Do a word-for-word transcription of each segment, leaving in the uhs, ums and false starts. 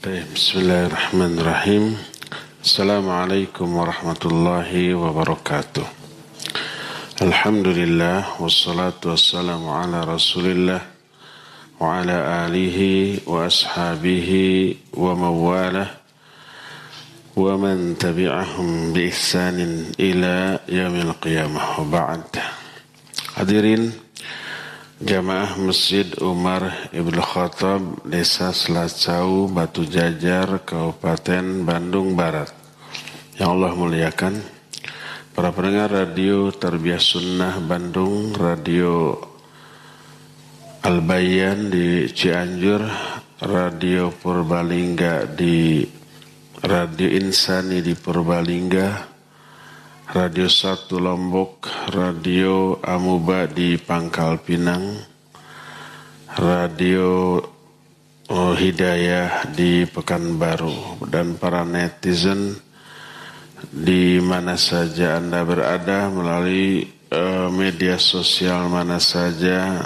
Bismillahirrahmanirrahim. Assalamualaikum warahmatullahi wabarakatuh. Alhamdulillah wassalatu wassalamu ala Rasulillah wa ala alihi wa ashabihi wa mawalah wa man tabi'ahum bi ihsanin ila yaumil qiyamah wa ba'd. Hadirin Jamaah Masjid Umar Ibn Khattab, Desa Selacau, Batu Jajar, Kabupaten Bandung Barat. Yang Allah muliakan, para pendengar radio Tarbiyah Sunnah Bandung, radio Al-Bayan di Cianjur, radio Purbalingga di radio Insani di Purbalingga, Radio satu Lombok, Radio Amuba di Pangkal Pinang, Radio oh, Hidayah di Pekanbaru, dan para netizen di mana saja Anda berada melalui uh, media sosial mana saja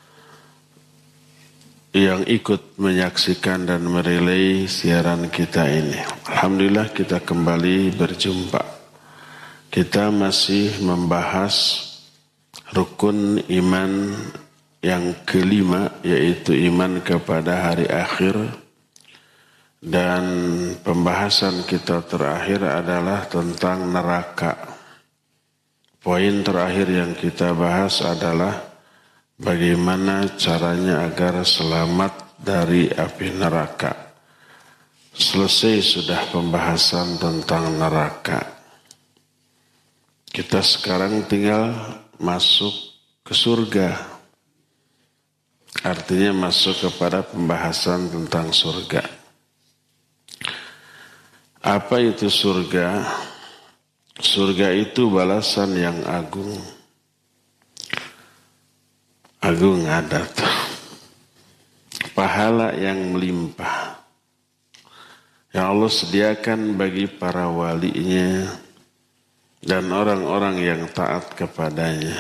yang ikut menyaksikan dan merelay siaran kita ini. Alhamdulillah kita kembali berjumpa. Kita masih membahas rukun iman yang kelima, yaitu iman kepada hari akhir. Dan pembahasan kita terakhir adalah tentang neraka. Poin terakhir yang kita bahas adalah bagaimana caranya agar selamat dari api neraka. Selesai sudah pembahasan tentang neraka. Kita sekarang tinggal masuk ke surga. Artinya masuk kepada pembahasan tentang surga. Apa itu surga? Surga itu balasan yang agung. Agung ada tuh. Pahala yang melimpah. Yang Allah sediakan bagi para walinya dan orang-orang yang taat kepadanya.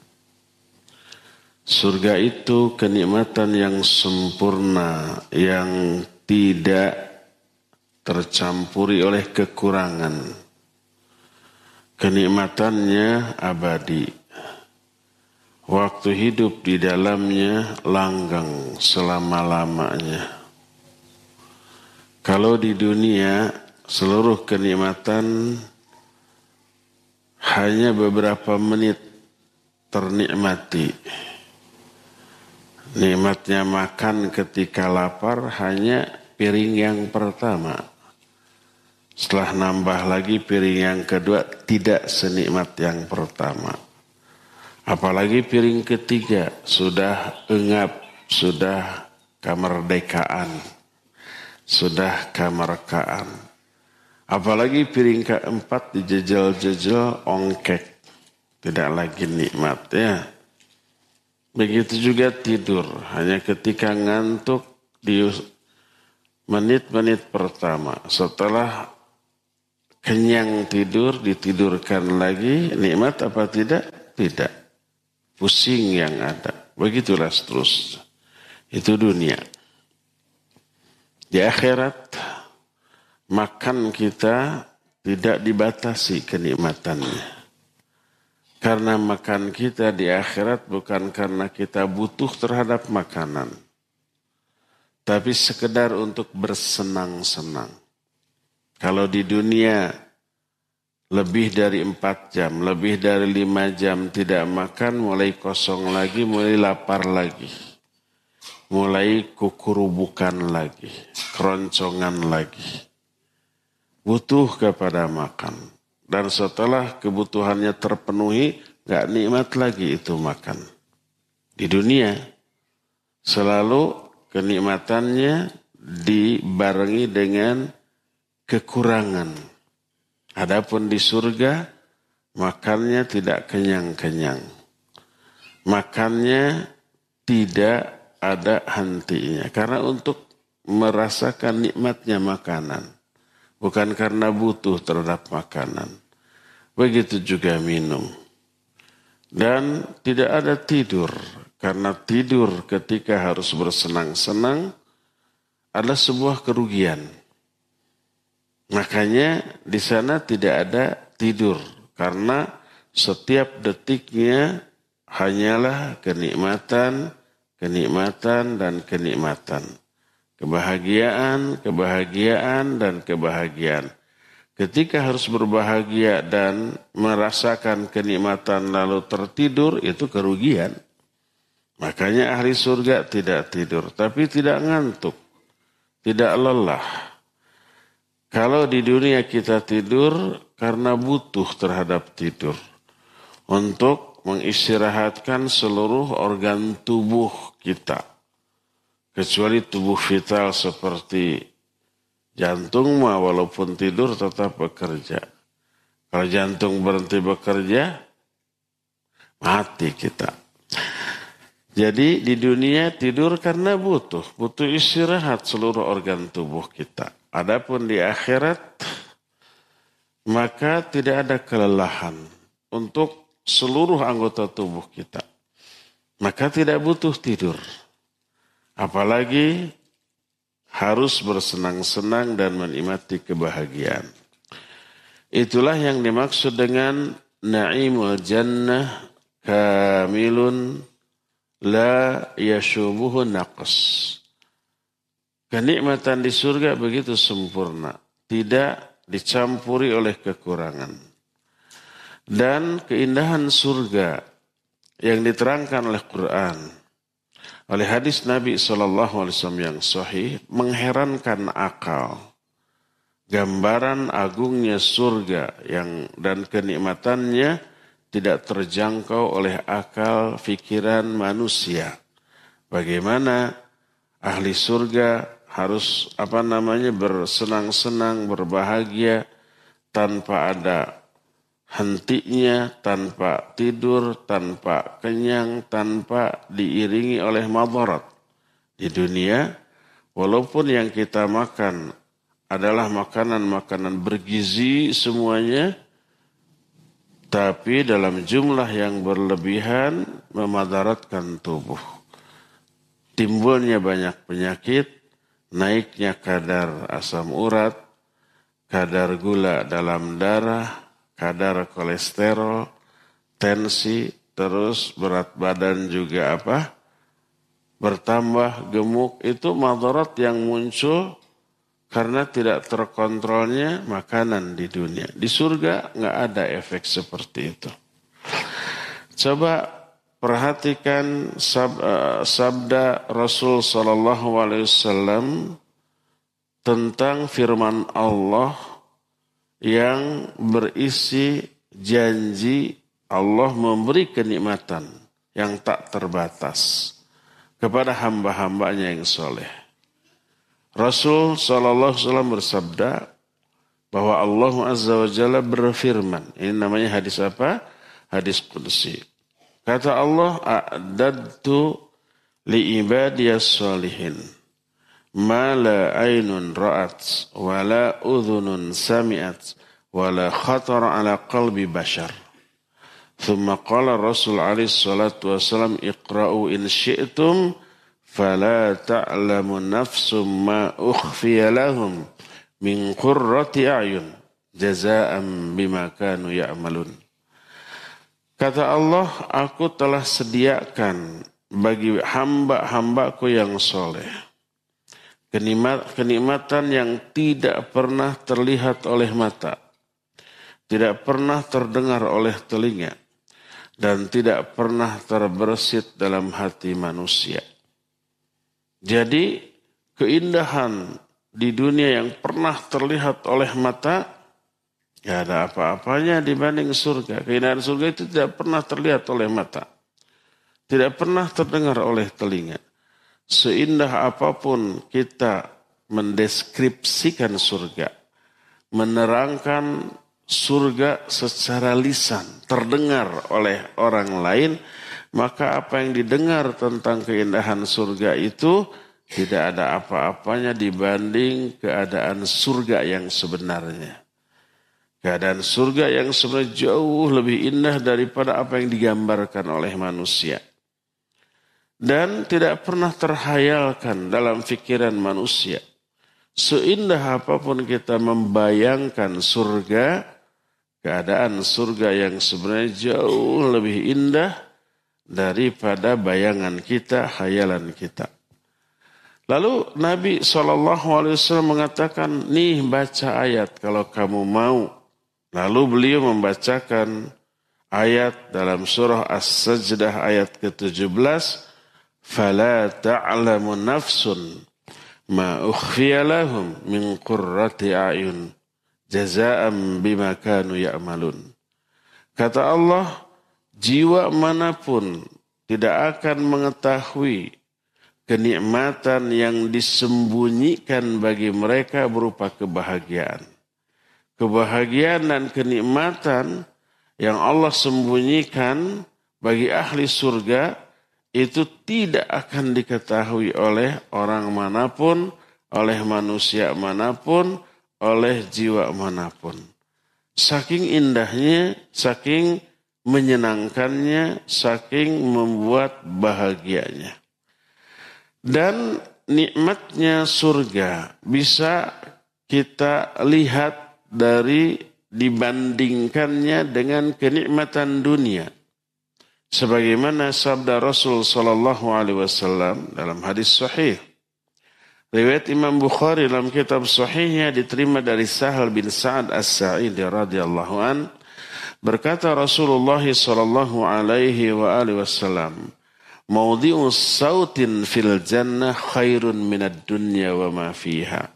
Surga itu kenikmatan yang sempurna, yang tidak tercampuri oleh kekurangan. Kenikmatannya abadi. Waktu hidup di dalamnya langgeng selama-lamanya. Kalau di dunia seluruh kenikmatan hanya beberapa menit ternikmati. Nikmatnya makan ketika lapar hanya piring yang pertama. Setelah nambah lagi piring yang kedua tidak senikmat yang pertama. Apalagi piring ketiga sudah engap, sudah kemerdekaan, sudah kemerkaan. Apalagi piring keempat dijejel-jejel ongkek. Tidak lagi nikmat ya. Begitu juga tidur. Hanya ketika ngantuk di menit-menit pertama. Setelah kenyang tidur, ditidurkan lagi. Nikmat apa tidak? Tidak. Pusing yang ada. Begitulah seterusnya. Itu dunia. Di akhirat makan kita tidak dibatasi kenikmatannya. Karena makan kita di akhirat bukan karena kita butuh terhadap makanan. Tapi sekedar untuk bersenang-senang. Kalau di dunia lebih dari empat jam, lebih dari lima jam tidak makan, mulai kosong lagi, mulai lapar lagi. Mulai kukurubukan lagi, keroncongan lagi. Butuh kepada makan. Dan setelah kebutuhannya terpenuhi, gak nikmat lagi itu makan. Di dunia, selalu kenikmatannya dibarengi dengan kekurangan. Adapun di surga, makannya tidak kenyang-kenyang. Makannya tidak ada hentinya. Karena untuk merasakan nikmatnya makanan. Bukan karena butuh terhadap makanan. Begitu juga minum. Dan tidak ada tidur. Karena tidur ketika harus bersenang-senang adalah sebuah kerugian. Makanya di sana tidak ada tidur karena setiap detiknya hanyalah kenikmatan, kenikmatan dan kenikmatan. Kebahagiaan, kebahagiaan dan kebahagiaan. Ketika harus berbahagia dan merasakan kenikmatan lalu tertidur itu kerugian. Makanya ahli surga tidak tidur, tapi tidak ngantuk, tidak lelah. Kalau di dunia kita tidur karena butuh terhadap tidur untuk mengistirahatkan seluruh organ tubuh kita. Kecuali tubuh vital seperti jantung mah walaupun tidur tetap bekerja. Kalau jantung berhenti bekerja, mati kita. Jadi di dunia tidur karena butuh, butuh istirahat seluruh organ tubuh kita. Adapun di akhirat, maka tidak ada kelelahan untuk seluruh anggota tubuh kita. Maka tidak butuh tidur. Apalagi harus bersenang-senang dan menikmati kebahagiaan. Itulah yang dimaksud dengan na'imul jannah kamilun la yashubuhu naqs. Kenikmatan di surga begitu sempurna, tidak dicampuri oleh kekurangan. Dan keindahan surga yang diterangkan oleh Quran, oleh hadis Nabi shallallahu alaihi wasallam yang sahih, mengherankan akal. Gambaran agungnya surga yang dan kenikmatannya tidak terjangkau oleh akal pikiran manusia. Bagaimana ahli surga harus apa namanya bersenang-senang, berbahagia tanpa ada hentinya, tanpa tidur, tanpa kenyang, tanpa diiringi oleh madarat. Di dunia, walaupun yang kita makan adalah makanan-makanan bergizi semuanya, tapi dalam jumlah yang berlebihan memadaratkan tubuh. Timbulnya banyak penyakit, naiknya kadar asam urat, kadar gula dalam darah, kadar kolesterol, tensi, terus berat badan juga apa? Bertambah gemuk. Itu madarat yang muncul karena tidak terkontrolnya makanan di dunia. Di surga nggak ada efek seperti itu. Coba perhatikan sab, uh, sabda Rasul Sallallahu Alaihi Wasallam tentang firman Allah yang berisi janji Allah memberi kenikmatan yang tak terbatas kepada hamba-hambanya yang soleh. Rasul Sallallahu Alaihi Wasallam bersabda bahwa Allah Azza wa Jalla berfirman. Ini namanya hadis apa? Hadis Qudsi. Kata Allah, a'dadtu li'ibadiyas salihin ma la aynun ra'at wa la udhunun sami'at wa la khatar ala qalbi bashar. Thumma qala Rasul alaihi salatu wassalam iqra'u in syi'tum fala ta'lamu nafsum ma ukhfiya lahum min qurrati a'yun jazaa'an bima kanu ya'malun. Kata Allah, aku telah sediakan bagi hamba-hambaku yang soleh kenikmatan yang tidak pernah terlihat oleh mata, tidak pernah terdengar oleh telinga, dan tidak pernah terbersit dalam hati manusia. Jadi keindahan di dunia yang pernah terlihat oleh mata, ya ada apa-apanya dibanding surga. Keindahan surga itu tidak pernah terlihat oleh mata. Tidak pernah terdengar oleh telinga. Seindah apapun kita mendeskripsikan surga, menerangkan surga secara lisan, terdengar oleh orang lain, maka apa yang didengar tentang keindahan surga itu tidak ada apa-apanya dibanding keadaan surga yang sebenarnya. Keadaan surga yang sebenarnya jauh lebih indah daripada apa yang digambarkan oleh manusia. Dan tidak pernah terhayalkan dalam pikiran manusia Seindah apapun kita membayangkan surga, keadaan surga yang sebenarnya jauh lebih indah daripada bayangan kita, khayalan kita. Lalu Nabi shallallahu alaihi wasallam mengatakan, nih baca ayat kalau kamu mau. Lalu beliau membacakan ayat dalam surah As-Sajdah ayat ke tujuh belas. فَلَا تَعْلَمُ نَفْسٌ مَا أُخْفِيَ لَهُمْ مِنْ قُرَّةِ أَعْيُنٍ جَزَاءً بِمَا كَانُوا يَعْمَلُونَ. Kata Allah, jiwa manapun tidak akan mengetahui kenikmatan yang disembunyikan bagi mereka berupa kebahagiaan. Kebahagiaan dan kenikmatan yang Allah sembunyikan bagi ahli surga itu tidak akan diketahui oleh orang manapun, oleh manusia manapun, oleh jiwa manapun. Saking indahnya, saking menyenangkannya, saking membuat bahagianya. Dan nikmatnya surga bisa kita lihat dari dibandingkannya dengan kenikmatan dunia. Sebagaimana sabda Rasul sallallahu alaihi wasallam dalam hadis sahih. Riwayat Imam Bukhari dalam kitab sahihnya diterima dari Sahal bin Sa'ad As-Sa'idi radhiyallahu an, berkata Rasulullah sallallahu alaihi wa alihi wasallam, "Mawdi'u sautin fil jannah khairun minad dunya wa ma fiha."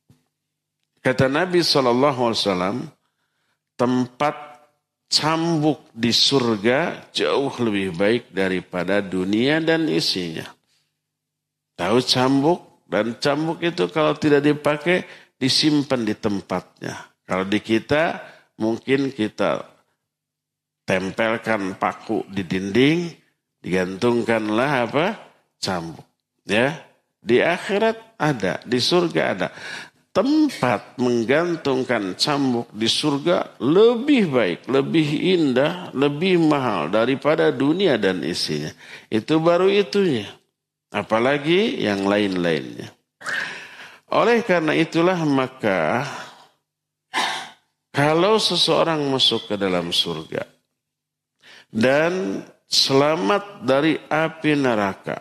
Kata Nabi sallallahu alaihi wasallam, tempat cambuk di surga jauh lebih baik daripada dunia dan isinya. Tahu cambuk? Dan cambuk itu kalau tidak dipakai disimpan di tempatnya. Kalau di kita mungkin kita tempelkan paku di dinding, digantungkanlah apa? Cambuk. Ya, di akhirat ada, di surga ada. Tempat menggantungkan cambuk di surga lebih baik, lebih indah, lebih mahal daripada dunia dan isinya. Itu baru itunya. Apalagi yang lain-lainnya. Oleh karena itulah maka kalau seseorang masuk ke dalam surga dan selamat dari api neraka,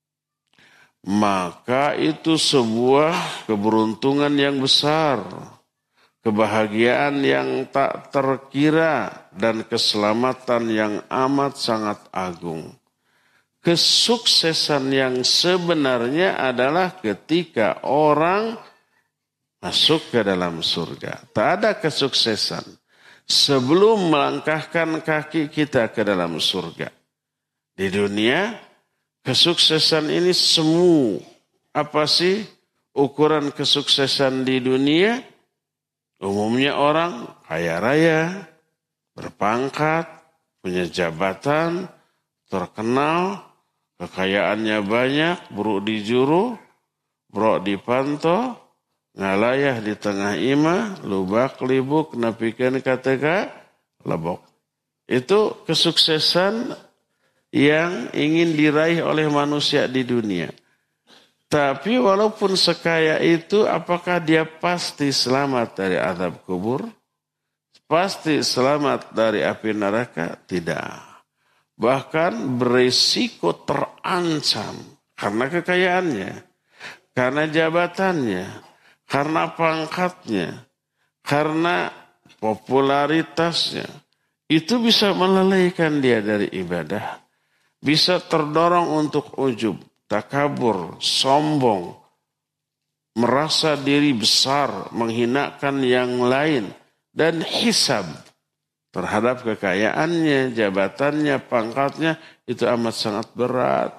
maka itu sebuah keberuntungan yang besar, kebahagiaan yang tak terkira, dan keselamatan yang amat sangat agung. Kesuksesan yang sebenarnya adalah ketika orang masuk ke dalam surga. Tak ada kesuksesan sebelum melangkahkan kaki kita ke dalam surga. Di dunia, kesuksesan ini semu. Apa sih ukuran kesuksesan di dunia? Umumnya orang kaya raya, berpangkat, punya jabatan, terkenal, kekayaannya banyak, buruk di juru, brok di panto, ngalayah di tengah ima, lubak libuk, napikan kateka, lebok. Itu kesuksesan yang ingin diraih oleh manusia di dunia. Tapi walaupun sekaya itu, apakah dia pasti selamat dari azab kubur? Pasti selamat dari api neraka? Tidak. Bahkan berisiko terancam karena kekayaannya, karena jabatannya, karena pangkatnya, karena popularitasnya. Itu bisa melalaikan dia dari ibadah. Bisa terdorong untuk ujub, takabur, sombong, merasa diri besar, menghinakan yang lain, dan hisab terhadap kekayaannya, jabatannya, pangkatnya, itu amat sangat berat.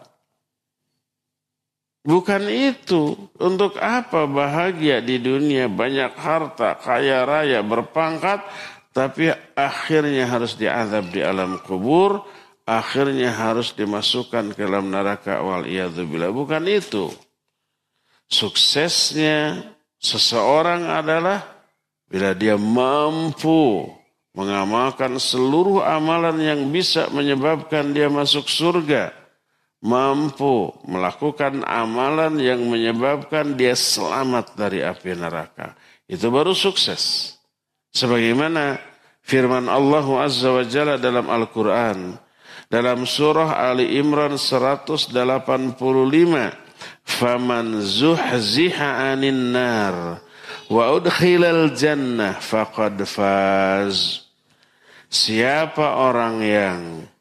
Bukan itu. Untuk apa bahagia di dunia, banyak harta, kaya raya, berpangkat, tapi akhirnya harus diazab di alam kubur, akhirnya harus dimasukkan ke dalam neraka wal'iyadzubillah. Bukan itu. Suksesnya seseorang adalah bila dia mampu mengamalkan seluruh amalan yang bisa menyebabkan dia masuk surga. mampu melakukan amalan yang menyebabkan dia selamat dari api neraka. Itu baru sukses. Sebagaimana firman Allah Azza wa Jalla dalam Al-Quran. Dalam surah Ali Imran seratus delapan puluh lima. Faman zuhziha anin nar wa udkhilal jannah faqad faz. Siapa orang yang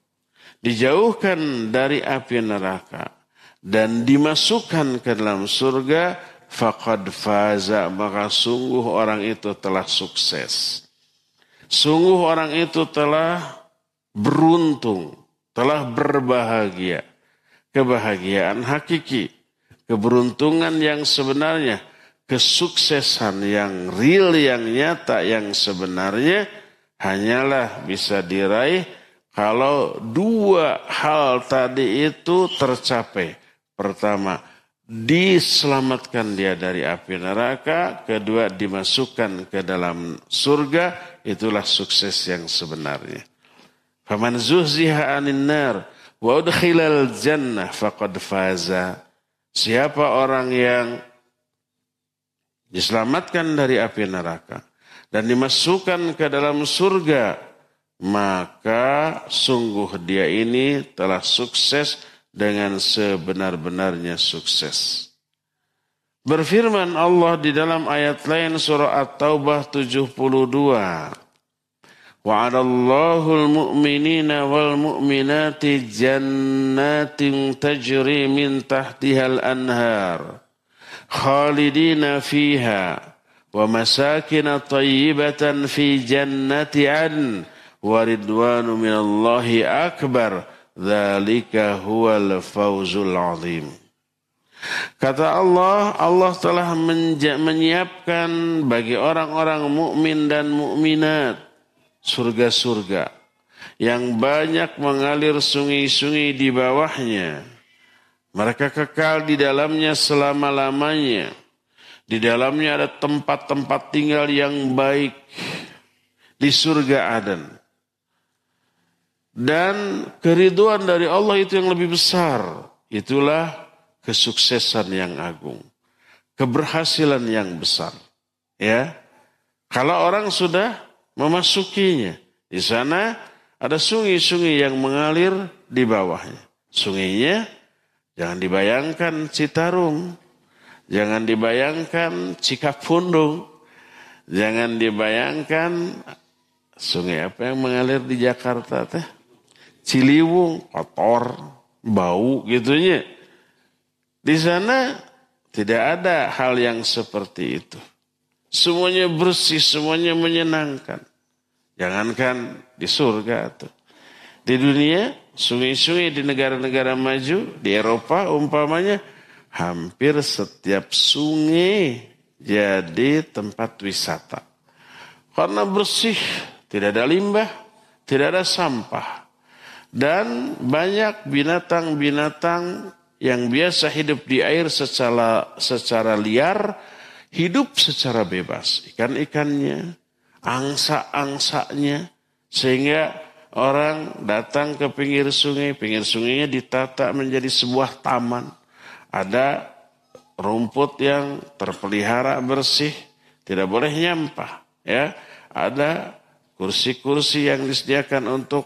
dijauhkan dari api neraka dan dimasukkan ke dalam surga, faqad faza, maka sungguh orang itu telah sukses. Sungguh orang itu telah beruntung, telah berbahagia. Kebahagiaan hakiki, keberuntungan yang sebenarnya, kesuksesan yang real, yang nyata, yang sebenarnya hanyalah bisa diraih kalau dua hal tadi itu tercapai. Pertama, diselamatkan dia dari api neraka. Kedua, dimasukkan ke dalam surga. Itulah sukses yang sebenarnya. Faman zuhziha anin nar wa udkhilal jannah faqad faza. Siapa orang yang diselamatkan dari api neraka dan dimasukkan ke dalam surga, maka sungguh dia ini telah sukses dengan sebenar-benarnya sukses. Berfirman Allah di dalam ayat lain surah At-Taubah tujuh puluh dua. Wa'adallahu al-mu'minina wal-mu'minati jannatin tajri min tahtihal anhar khalidina fiha wa masakina tayyibatan fi jannati adn waridwanu minallahi akbar dzalika huwal fawzul azim. Kata Allah, Allah telah menyiapkan bagi orang-orang mukmin dan mukminat surga-surga yang banyak mengalir sungai-sungai di bawahnya. Mereka kekal di dalamnya selama-lamanya. Di dalamnya ada tempat-tempat tinggal yang baik di surga Aden. Dan keriduan dari Allah itu yang lebih besar. Itulah kesuksesan yang agung. Keberhasilan yang besar. Ya. Kalau orang sudah memasukinya, di sana ada sungai-sungai yang mengalir di bawahnya. Sungainya jangan dibayangkan Citarum, jangan dibayangkan Cikapundung, jangan dibayangkan sungai apa yang mengalir di Jakarta teh? Ciliwung, kotor, bau gitunya. Di sana tidak ada hal yang seperti itu. Semuanya bersih, semuanya menyenangkan. Jangankan di surga tuh. Di dunia, sungai-sungai di negara-negara maju, di Eropa umpamanya, hampir setiap sungai jadi tempat wisata. Karena bersih, tidak ada limbah, tidak ada sampah. Dan banyak binatang-binatang yang biasa hidup di air secara, secara liar, hidup secara bebas. Ikan-ikannya, angsa-angsanya, sehingga orang datang ke pinggir sungai, pinggir sungainya ditata menjadi sebuah taman. Ada rumput yang terpelihara bersih, tidak boleh nyampah. Ya, ada kursi-kursi yang disediakan untuk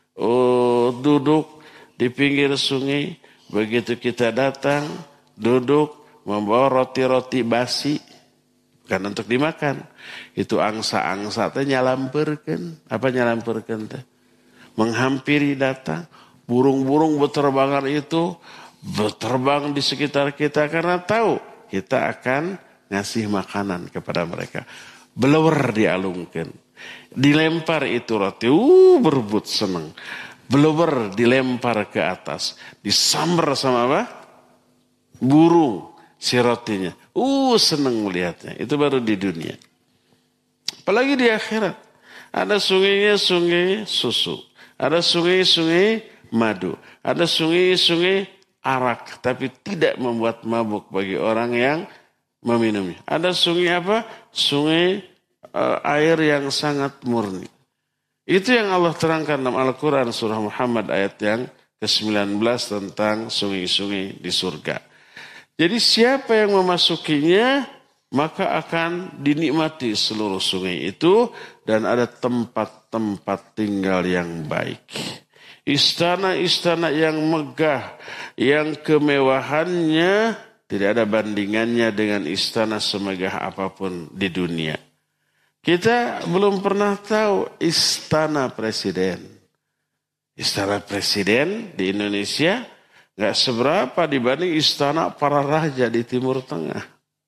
uh, duduk di pinggir sungai. Begitu kita datang, duduk, membawa roti-roti basi, bukan untuk dimakan. Itu angsa-angsa teh nyalamperkeun. Apa nyalamperkeun teh? Menghampiri datang. Burung-burung berterbangan itu berterbang di sekitar kita karena tahu kita akan ngasih makanan kepada mereka. Blower dialungkan. Dilempar itu roti, uh berebut senang. Blower dilempar ke atas. Disambar sama apa? Burung si rotinya. Uh senang melihatnya. Itu baru di dunia. Apalagi di akhirat. Ada sungainya sungai susu. Ada sungai-sungai madu. Ada sungai-sungai arak. Tapi tidak membuat mabuk bagi orang yang meminumnya. Ada sungai apa? Sungai uh, air yang sangat murni. Itu yang Allah terangkan dalam Al-Quran surah Muhammad ayat yang kesembilan belas tentang sungai-sungai di surga. Jadi siapa yang memasukinya, maka akan dinikmati seluruh sungai itu dan ada tempat-tempat tinggal yang baik. Istana-istana yang megah, yang kemewahannya tidak ada bandingannya dengan istana semegah apapun di dunia. Kita belum pernah tahu istana presiden. Istana presiden di Indonesia gak seberapa dibanding istana para raja di Timur Tengah.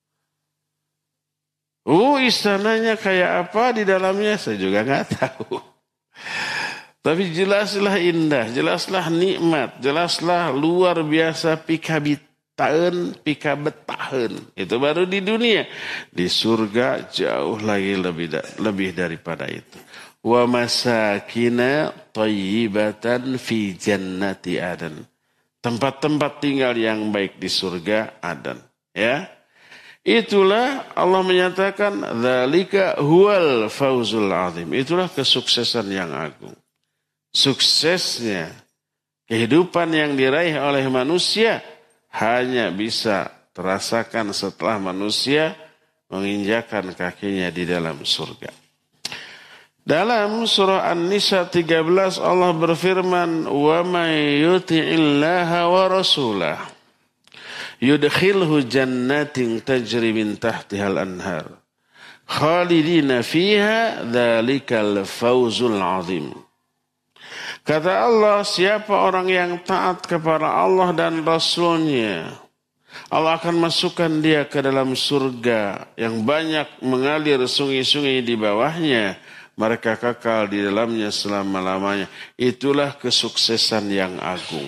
Oh, istananya kayak apa di dalamnya saya juga gak tahu. Tapi jelaslah indah, jelaslah nikmat, jelaslah luar biasa pikabitaan, pikabetahan. Itu baru di dunia. Di surga jauh lagi lebih lebih daripada itu. Wa masakina thayyibatan fi jannati adan. Tempat-tempat tinggal yang baik di surga Adan. Ya. Itulah Allah menyatakan dzalika huwal fauzul azim. Itulah kesuksesan yang agung. Suksesnya kehidupan yang diraih oleh manusia hanya bisa terasakan setelah manusia menginjakkan kakinya di dalam surga. Dalam surah An-Nisa tiga belas Allah berfirman, "Wa may yuti'illaha wa rasulah yudkhilhu jannatin tajri min tahtihal anhar khalidina fiha dzalikal fawzul azim." Kata Allah, siapa orang yang taat kepada Allah dan Rasulnya, Allah akan masukkan dia ke dalam surga yang banyak mengalir sungai-sungai di bawahnya. Mereka kekal di dalamnya selama-lamanya. Itulah kesuksesan yang agung.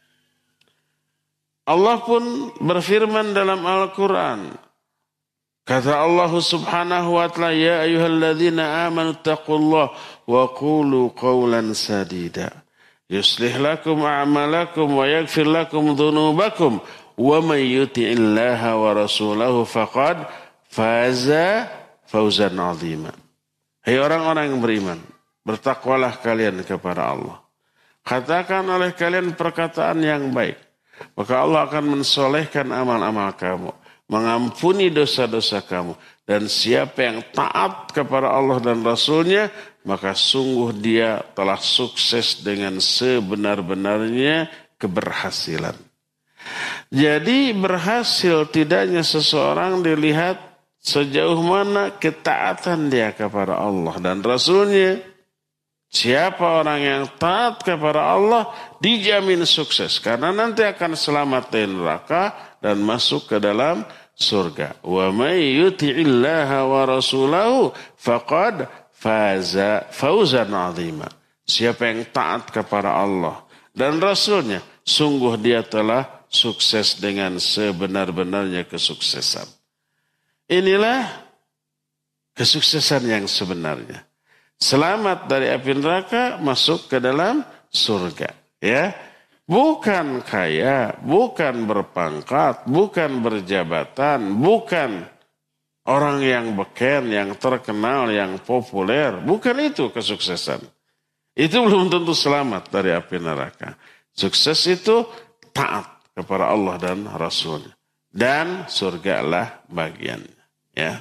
Allah pun berfirman dalam Al-Quran. Kata Allah subhanahu wa ta'ala, ya ayyuhalladzina amanu taqullah wa qulu qawlan sadida. Yuslih lakum a'malakum wa yaghfir lakum dhunubakum. Wa man yuti'illaha wa rasulahu faqad faza fawzan azima. Hai orang-orang yang beriman, bertakwalah kalian kepada Allah. Katakan oleh kalian perkataan yang baik. Maka Allah akan mensolehkan amal-amal kamu. Mengampuni dosa-dosa kamu. Dan siapa yang taat kepada Allah dan Rasulnya, maka sungguh dia telah sukses dengan sebenar-benarnya keberhasilan. Jadi berhasil tidaknya seseorang dilihat sejauh mana ketaatan dia kepada Allah dan Rasulnya. Siapa orang yang taat kepada Allah dijamin sukses. Karena nanti akan selamat dari neraka dan masuk ke dalam surga. Wa may yuti'illaha wa rasulahu faqad faza fawzan azima. Siapa yang taat kepada Allah dan Rasulnya, sungguh dia telah sukses dengan sebenar-benarnya kesuksesan. Inilah kesuksesan yang sebenarnya. Selamat dari api neraka, masuk ke dalam surga. Ya, bukan kaya, bukan berpangkat, bukan berjabatan, bukan orang yang beken, yang terkenal, yang populer. Bukan itu kesuksesan. Itu belum tentu selamat dari api neraka. Sukses itu taat kepada Allah dan Rasulnya. Dan surgalah bagiannya. Ya.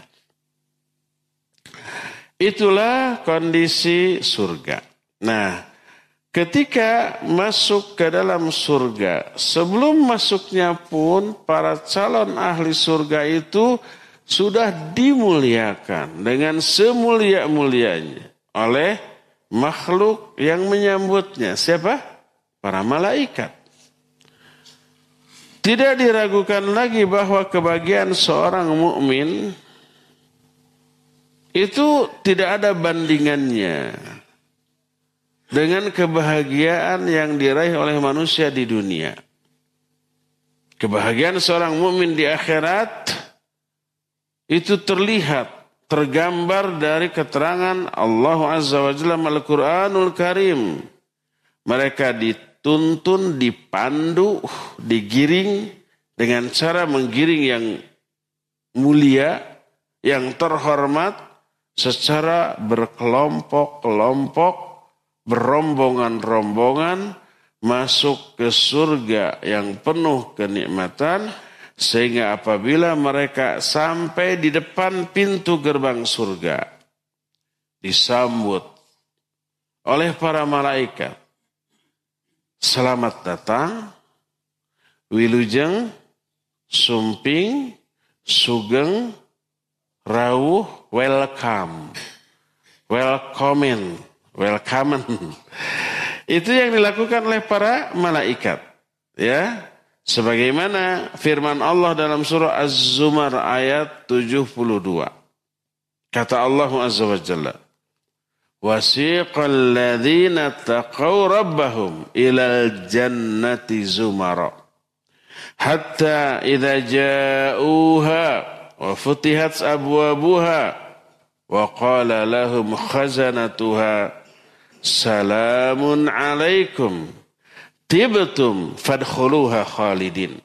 Itulah kondisi surga. Nah, ketika masuk ke dalam surga, sebelum masuknya pun para calon ahli surga itu sudah dimuliakan dengan semulia-mulianya oleh makhluk yang menyambutnya. Siapa? Para malaikat. Tidak diragukan lagi bahwa kebahagiaan seorang mukmin itu tidak ada bandingannya dengan kebahagiaan yang diraih oleh manusia di dunia. Kebahagiaan seorang mukmin di akhirat itu terlihat, tergambar dari keterangan Allah Azza wa Jalla Al-Quranul Karim. Mereka dituntun, dipandu, digiring dengan cara menggiring yang mulia, yang terhormat, secara berkelompok-kelompok, berombongan-rombongan, masuk ke surga yang penuh kenikmatan, sehingga apabila mereka sampai di depan pintu gerbang surga, disambut oleh para malaikat. Selamat datang, wilujeng, sumping, sugeng, rawuh, welcome, welcoming, welcome. Itu yang dilakukan oleh para malaikat. Ya, sebagaimana firman Allah dalam surah Az-Zumar ayat tujuh puluh dua. Kata Allah Azza wa Jalla, wasiqal ladzina taqaw rabbahum ilal jannati zumara hatta idza ja'uha wa futihat abwabuha wa qala lahum khazanatuha salamun alaikum tibtum fadkhuluha khalidin.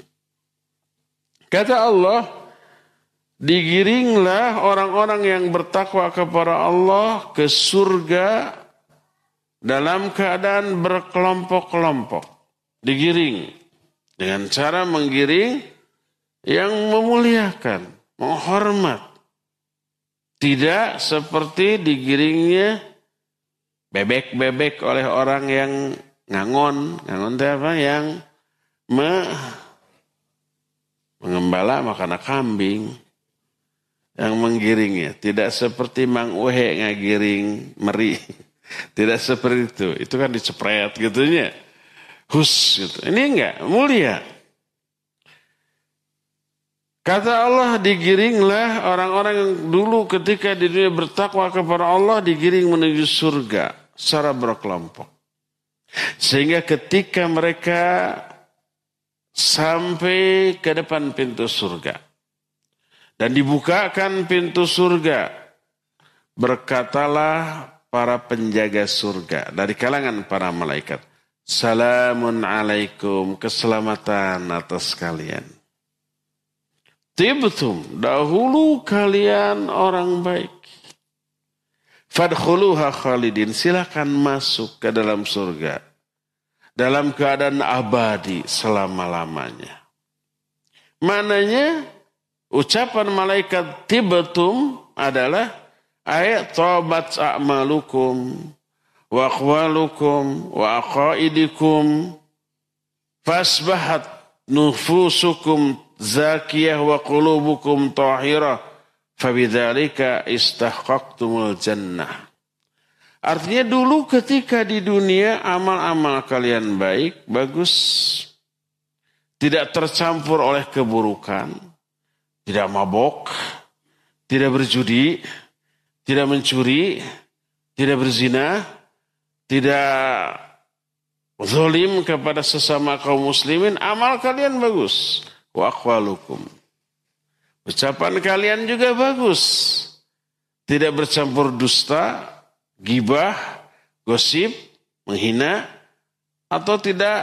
Kata Allah, digiringlah orang-orang yang bertakwa kepada Allah ke surga dalam keadaan berkelompok-kelompok. Digiring dengan cara menggiring yang memuliakan, menghormat. Tidak seperti digiringnya bebek-bebek oleh orang yang ngangon. Ngangon itu apa? Yang me, mengembala makanan kambing. Yang menggiringnya. Tidak seperti Mang Uhe ngagiring meri. Tidak seperti itu. Itu kan dicepret gitunya. Hus gitu. Ini enggak, mulia. Kata Allah, digiringlah orang-orang yang dulu ketika di dunia bertakwa kepada Allah, digiring menuju surga secara berkelompok. Sehingga ketika mereka sampai ke depan pintu surga dan dibukakan pintu surga, berkatalah para penjaga surga dari kalangan para malaikat, salamun alaikum, keselamatan atas kalian. Tibtum, dahulu kalian orang baik. Fadkhuluha khalidin, silakan masuk ke dalam surga. Dalam keadaan abadi selama-lamanya. Mananya ucapan malaikat tibtum adalah ayat tabat a'malukum wa aqwalukum wa aqaidikum fasbahat nufusukum zakiyah wa qulubukum tahirah fabidzalika istahqaqtumul jannah. Artinya dulu ketika di dunia amal-amal kalian baik, bagus, tidak tercampur oleh keburukan, tidak mabok, tidak berjudi, tidak mencuri, tidak berzina, tidak zalim kepada sesama kaum muslimin, amal kalian bagus. Wa aqwalukum, ucapan kalian juga bagus, tidak bercampur dusta, gibah, gosip, menghina, atau tidak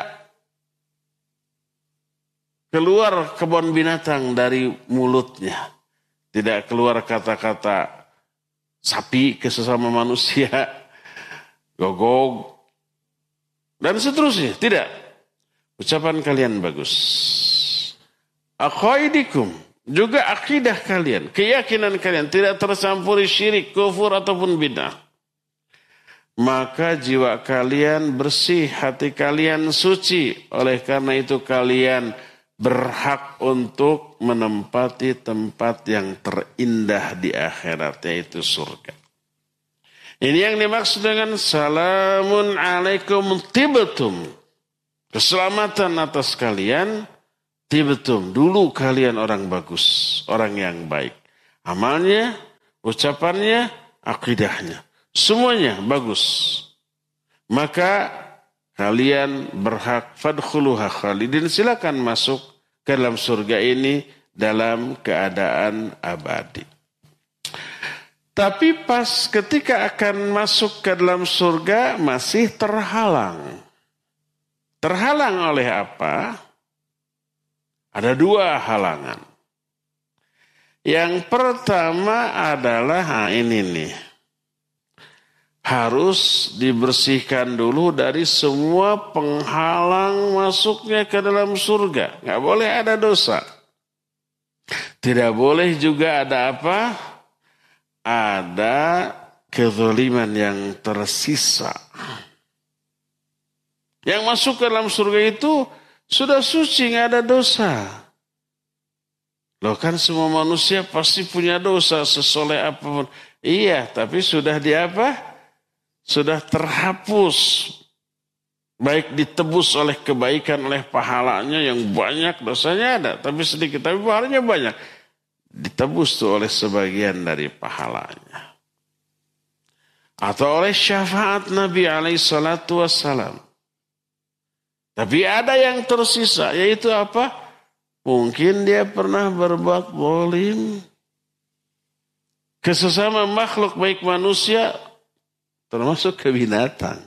keluar kebun binatang dari mulutnya, tidak keluar kata-kata sapi ke sesama manusia, gogog, dan seterusnya. Tidak, ucapan kalian bagus. Aqaidikum, juga akidah kalian, keyakinan kalian tidak tercampuri syirik, kufur ataupun bid'ah. Maka jiwa kalian bersih, hati kalian suci. Oleh karena itu kalian berhak untuk menempati tempat yang terindah di akhirat, yaitu surga. Ini yang dimaksud dengan salamun alaikum tibtum, keselamatan atas kalian. Tibtum, dulu kalian orang bagus, orang yang baik. Amalnya, ucapannya, akidahnya, semuanya bagus. Maka kalian berhak fadkhuluha khalidin, silakan masuk ke dalam surga ini dalam keadaan abadi. Tapi pas ketika akan masuk ke dalam surga masih terhalang. Terhalang oleh apa? Ada dua halangan. Yang pertama adalah, nah ini nih. harus dibersihkan dulu dari semua penghalang masuknya ke dalam surga. Nggak boleh ada dosa. Tidak boleh juga ada apa? Ada kezaliman yang tersisa. Yang masuk ke dalam surga itu sudah suci, nggak ada dosa. Loh kan semua manusia pasti punya dosa sesoleh apapun. Iya, tapi sudah di apa? Sudah terhapus. Baik ditebus oleh kebaikan, oleh pahalanya yang banyak, dosanya ada. Tapi sedikit, tapi pahalanya banyak. Ditebus tuh oleh sebagian dari pahalanya. Atau oleh syafaat Nabi alaihi salatu wassalam. Tapi ada yang tersisa, yaitu apa? Mungkin dia pernah berbuat zalim ke sesama makhluk, baik manusia, termasuk ke binatang.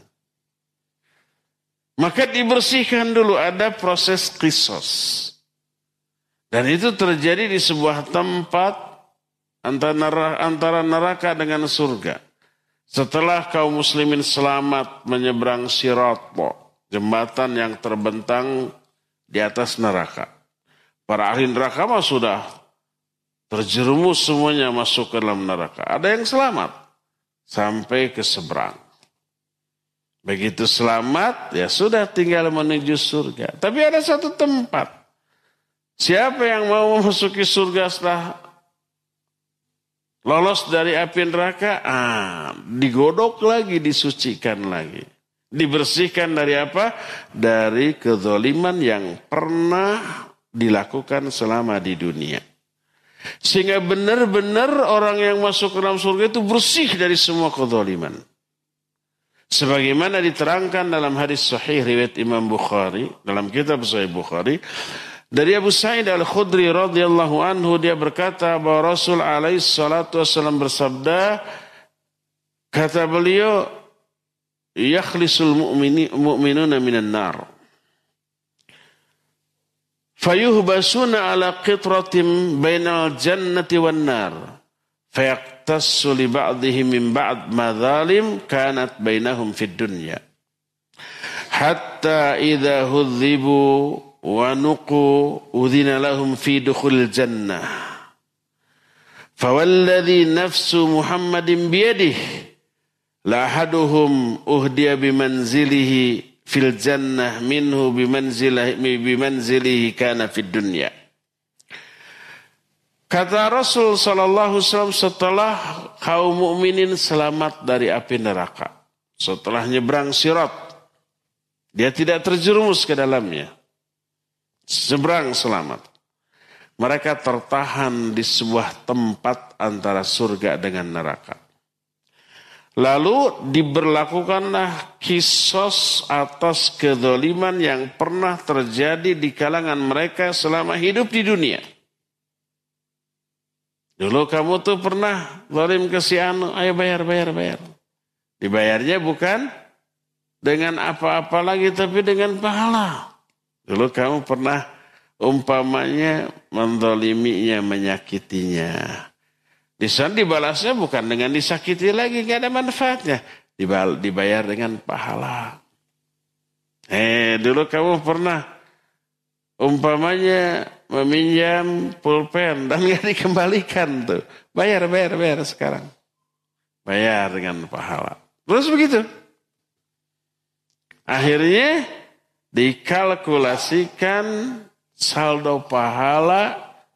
Maka dibersihkan dulu, ada proses qisas. Dan itu terjadi di sebuah tempat antara neraka dengan surga. Setelah kaum muslimin selamat menyeberang Sirat, jembatan yang terbentang di atas neraka. Para ahli neraka mah sudah terjerumus semuanya masuk ke dalam neraka. Ada yang selamat sampai ke seberang. Begitu selamat, ya sudah tinggal menuju surga. Tapi ada satu tempat. Siapa yang mau memasuki surga setelah lolos dari api neraka? Ah, digodok lagi, disucikan lagi. Dibersihkan dari apa? Dari kezaliman yang pernah dilakukan selama di dunia. Sehingga benar-benar orang yang masuk ke dalam surga itu bersih dari semua kezaliman. Sebagaimana diterangkan dalam hadis sahih riwayat Imam Bukhari, dalam kitab Sahih Bukhari, dari Abu Sa'id Al-Khudri radhiyallahu anhu, dia berkata bahwa Rasul alaihi salatu wasallam bersabda, kata beliau, yakhlisul mu'mini, mu'minuna minan nar. Fayuhbasuna ala qitratim bainal jannati wan nar. Fayaqtassu li ba'dihim min ba'd madzalim kanat bainahum fid dunya. Hatta idza hudhibu wa nuqu udhina lahum fi dukhul jannah. Fawalladhi nafsu Muhammadin biyadihi la ahaduhum uhdiya bimanzilihi fil jannah minhu bimanzilihi bimanzilihi kana fid dunya. Kata Rasul sallallahu alaihi wasallam setelah kaum mukminin selamat dari api neraka, setelah nyebrang Sirat, dia tidak terjerumus ke dalamnya, seberang selamat. Mereka tertahan di sebuah tempat antara surga dengan neraka. Lalu diberlakukanlah kisos atas kezaliman yang pernah terjadi di kalangan mereka selama hidup di dunia. Dulu kamu tuh pernah zalim ke si anu, ayo bayar, bayar, bayar. Dibayarnya bukan dengan apa-apa lagi, tapi dengan pahala. Dulu kamu pernah umpamanya menzaliminya, menyakitinya. Di sana dibalasnya bukan dengan disakiti lagi, gak ada manfaatnya. Dibayar dengan pahala. Eh, dulu kamu pernah umpamanya meminjam pulpen dan gak dikembalikan tuh. Bayar, bayar, bayar sekarang. Bayar dengan pahala. Terus begitu. Akhirnya dikalkulasikan saldo pahala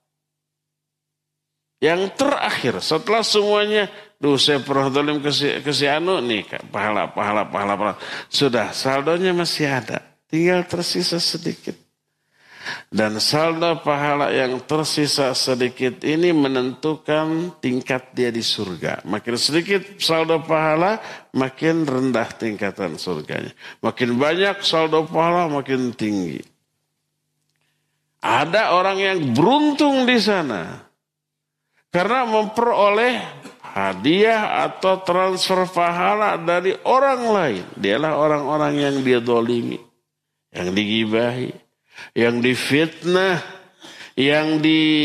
yang terakhir. Setelah semuanya, duh saya pernah zalim ke si, ke si anu, nih pahala, pahala, pahala, pahala. Sudah, saldonya masih ada. Tinggal tersisa sedikit. Dan saldo pahala yang tersisa sedikit ini menentukan tingkat dia di surga. Makin sedikit saldo pahala, makin rendah tingkatan surganya. Makin banyak saldo pahala, makin tinggi. Ada orang yang beruntung di sana karena memperoleh hadiah atau transfer pahala dari orang lain. Dialah orang-orang yang dia dolimi, yang digibahi, yang difitnah, yang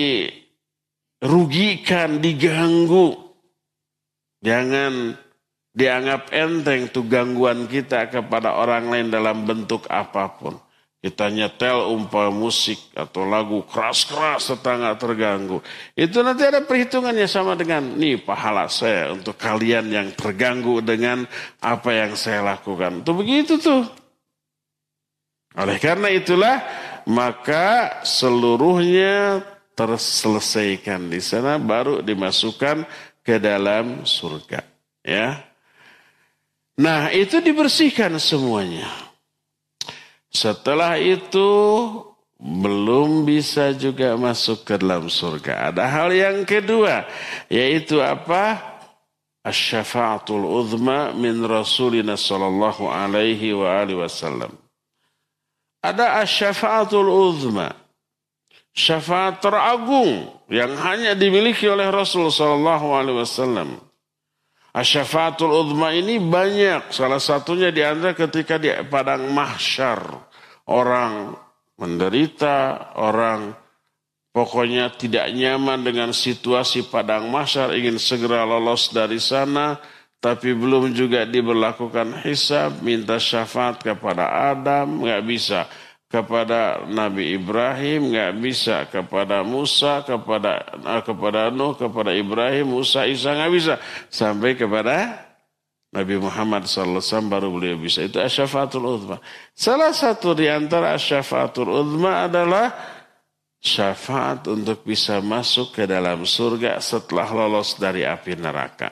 dirugikan, diganggu. Jangan Dianggap enteng tuh gangguan kita kepada orang lain dalam bentuk apapun. Kita nyetel umpama musik atau lagu keras-keras tetangga terganggu. Itu nanti ada perhitungannya sama dengan nih pahala saya untuk kalian yang terganggu dengan apa yang saya lakukan. Tuh begitu tuh. Oleh karena itulah maka seluruhnya terselesaikan di sana baru dimasukkan ke dalam surga. Ya. Nah itu dibersihkan semuanya. Setelah itu belum bisa juga masuk ke dalam surga. Ada hal yang kedua, yaitu apa? Asy-syafa'atul uzma min Rasulina sallallahu alaihi wa alihi wasallam. Ada asy-syafa'atul uzma, syafaat teragung yang hanya dimiliki oleh Rasul sallallahu alaihi wasallam. Asy-syafa'atul uzma ini banyak, salah satunya di antara ketika di padang mahsyar. Orang menderita, orang pokoknya tidak nyaman dengan situasi padang mahsyar, ingin segera lolos dari sana, tapi belum juga diberlakukan hisab, minta syafaat kepada Adam, nggak bisa. Kepada Nabi Ibrahim, nggak bisa. Kepada Musa, kepada kepada Nuh, kepada Ibrahim, Musa, Isa, nggak bisa. Sampai kepada Nabi Muhammad sallallahu alaihi wasallam baru beliau bisa. Itu asy-syafaatul uzma. Salah satu di antara asy-syafaatul uzma adalah syafaat untuk bisa masuk ke dalam surga setelah lolos dari api neraka.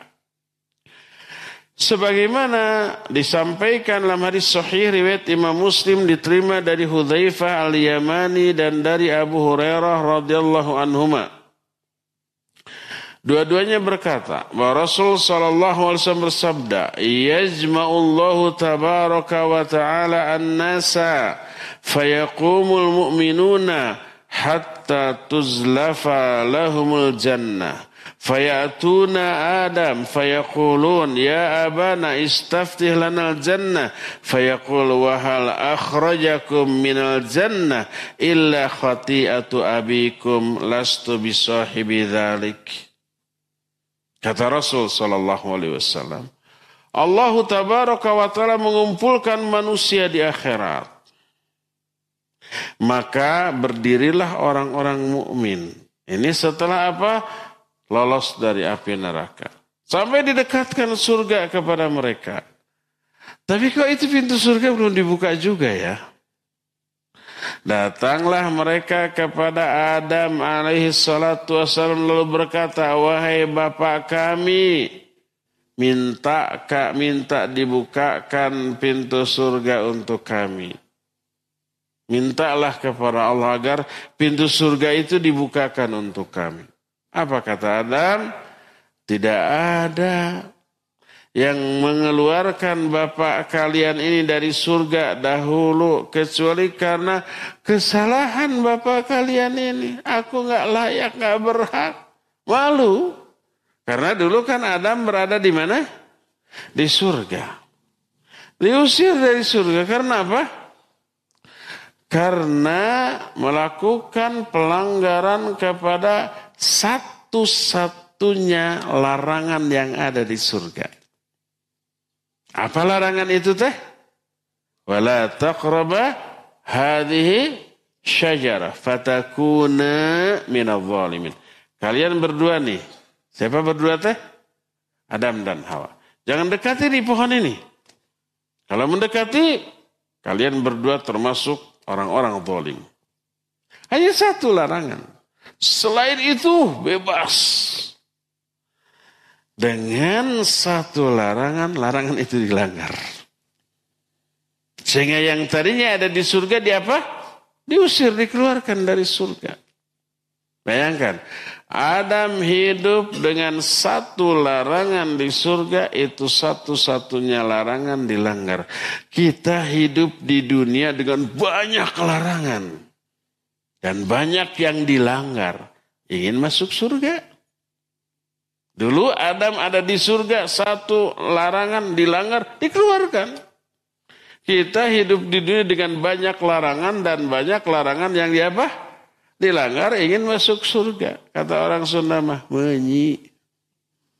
Sebagaimana disampaikan dalam hadis sahih riwayat Imam Muslim diterima dari Hudzaifah al-Yamani dan dari Abu Hurairah radhiyallahu anhuma. Dua-duanya berkata bahwa Rasul sallallahu alaihi wasallam bersabda, "Yajma'ullahu tabaraka wa ta'ala an-nasa fayaqumul mu'minuna hatta tuzlafa lahumul jannah." Fayatuna Adam fayaqulun ya abana istaftih lanal jannah fayaqul wa hal akhrajakum minal jannah illa khati'atu abikum lastu bisahibi dzalik. Kata Rasul sallallahu alaihi wasallam, Allah tabaraka wa taala mengumpulkan manusia di akhirat. Maka berdirilah orang-orang mukmin. Ini setelah apa? Lolos dari api neraka. Sampai didekatkan surga kepada mereka. Tapi kok itu pintu surga belum dibuka juga ya? Datanglah mereka kepada Adam alaihi salatu wassalam lalu berkata, wahai bapak kami, minta kak minta dibukakan pintu surga untuk kami. Mintalah kepada Allah agar pintu surga itu dibukakan untuk kami. Apa kata Adam? Tidak ada yang mengeluarkan bapak kalian ini dari surga dahulu kecuali karena kesalahan bapak kalian ini. Aku nggak layak, nggak berhak, malu. Karena dulu kan Adam berada di mana? Di surga. Diusir dari surga karena apa? Karena melakukan pelanggaran kepada satu-satunya larangan yang ada di surga. Apa larangan itu teh? Wala taqraba hadhihi syajarah fatakuna minadh dhalimin. Kalian berdua nih. Siapa berdua teh? Adam dan Hawa. Jangan dekati di pohon ini. Kalau mendekati, kalian berdua termasuk orang-orang zalim. Hanya satu larangan. Selain itu bebas. Dengan satu larangan, larangan itu dilanggar. Sehingga yang tadinya ada di surga di apa? Diusir, dikeluarkan dari surga. Bayangkan, Adam hidup dengan satu larangan di surga, itu satu-satunya larangan dilanggar. Kita hidup di dunia dengan banyak larangan. Dan banyak yang dilanggar. Ingin masuk surga. Dulu Adam ada di surga, satu larangan dilanggar, dikeluarkan. Kita hidup di dunia dengan banyak larangan dan banyak larangan yang di apa? Dilanggar, ingin masuk surga. Kata orang Sunda mah, menyi.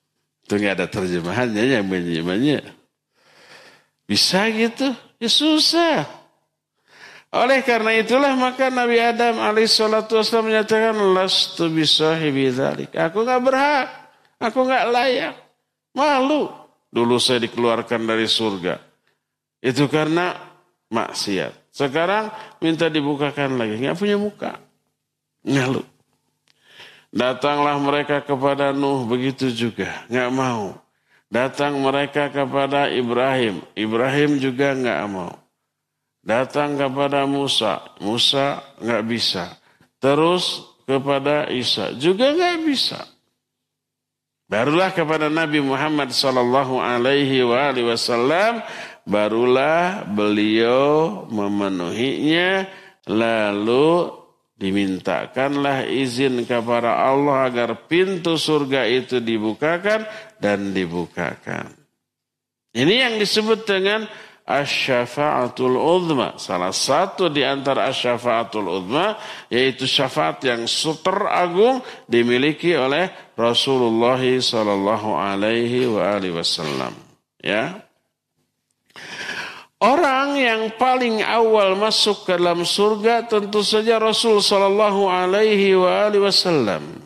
Itu nggak ada terjemahannya yang menyimanya. Bisa gitu? Ya susah. Oleh karena itulah maka Nabi Adam alaihissalatu wassalam menyatakan lastu bisahibi dzalik. Aku nggak berhak. Aku nggak layak. Malu. Dulu saya dikeluarkan dari surga. Itu karena maksiat. Sekarang minta dibukakan lagi. Nggak punya muka. Ngalu. Datanglah mereka kepada Nuh, begitu juga. Nggak mau. Datang mereka kepada Ibrahim. Ibrahim juga nggak mau. Datang kepada Musa. Musa nggak bisa. Terus kepada Isa. Juga nggak bisa. Barulah kepada Nabi Muhammad sallallahu alaihi wasallam, barulah beliau memenuhinya, lalu dimintakanlah izin kepada Allah agar pintu surga itu dibukakan dan dibukakan. Ini yang disebut dengan asy-syafa'atul uzma. Salah satu di antara asy-syafa'atul uzma yaitu syafaat yang teragung dimiliki oleh Rasulullah sallallahu alaihi wasallam. Ya. Orang yang paling awal masuk ke dalam surga tentu saja Rasul sallallahu alaihi wasallam.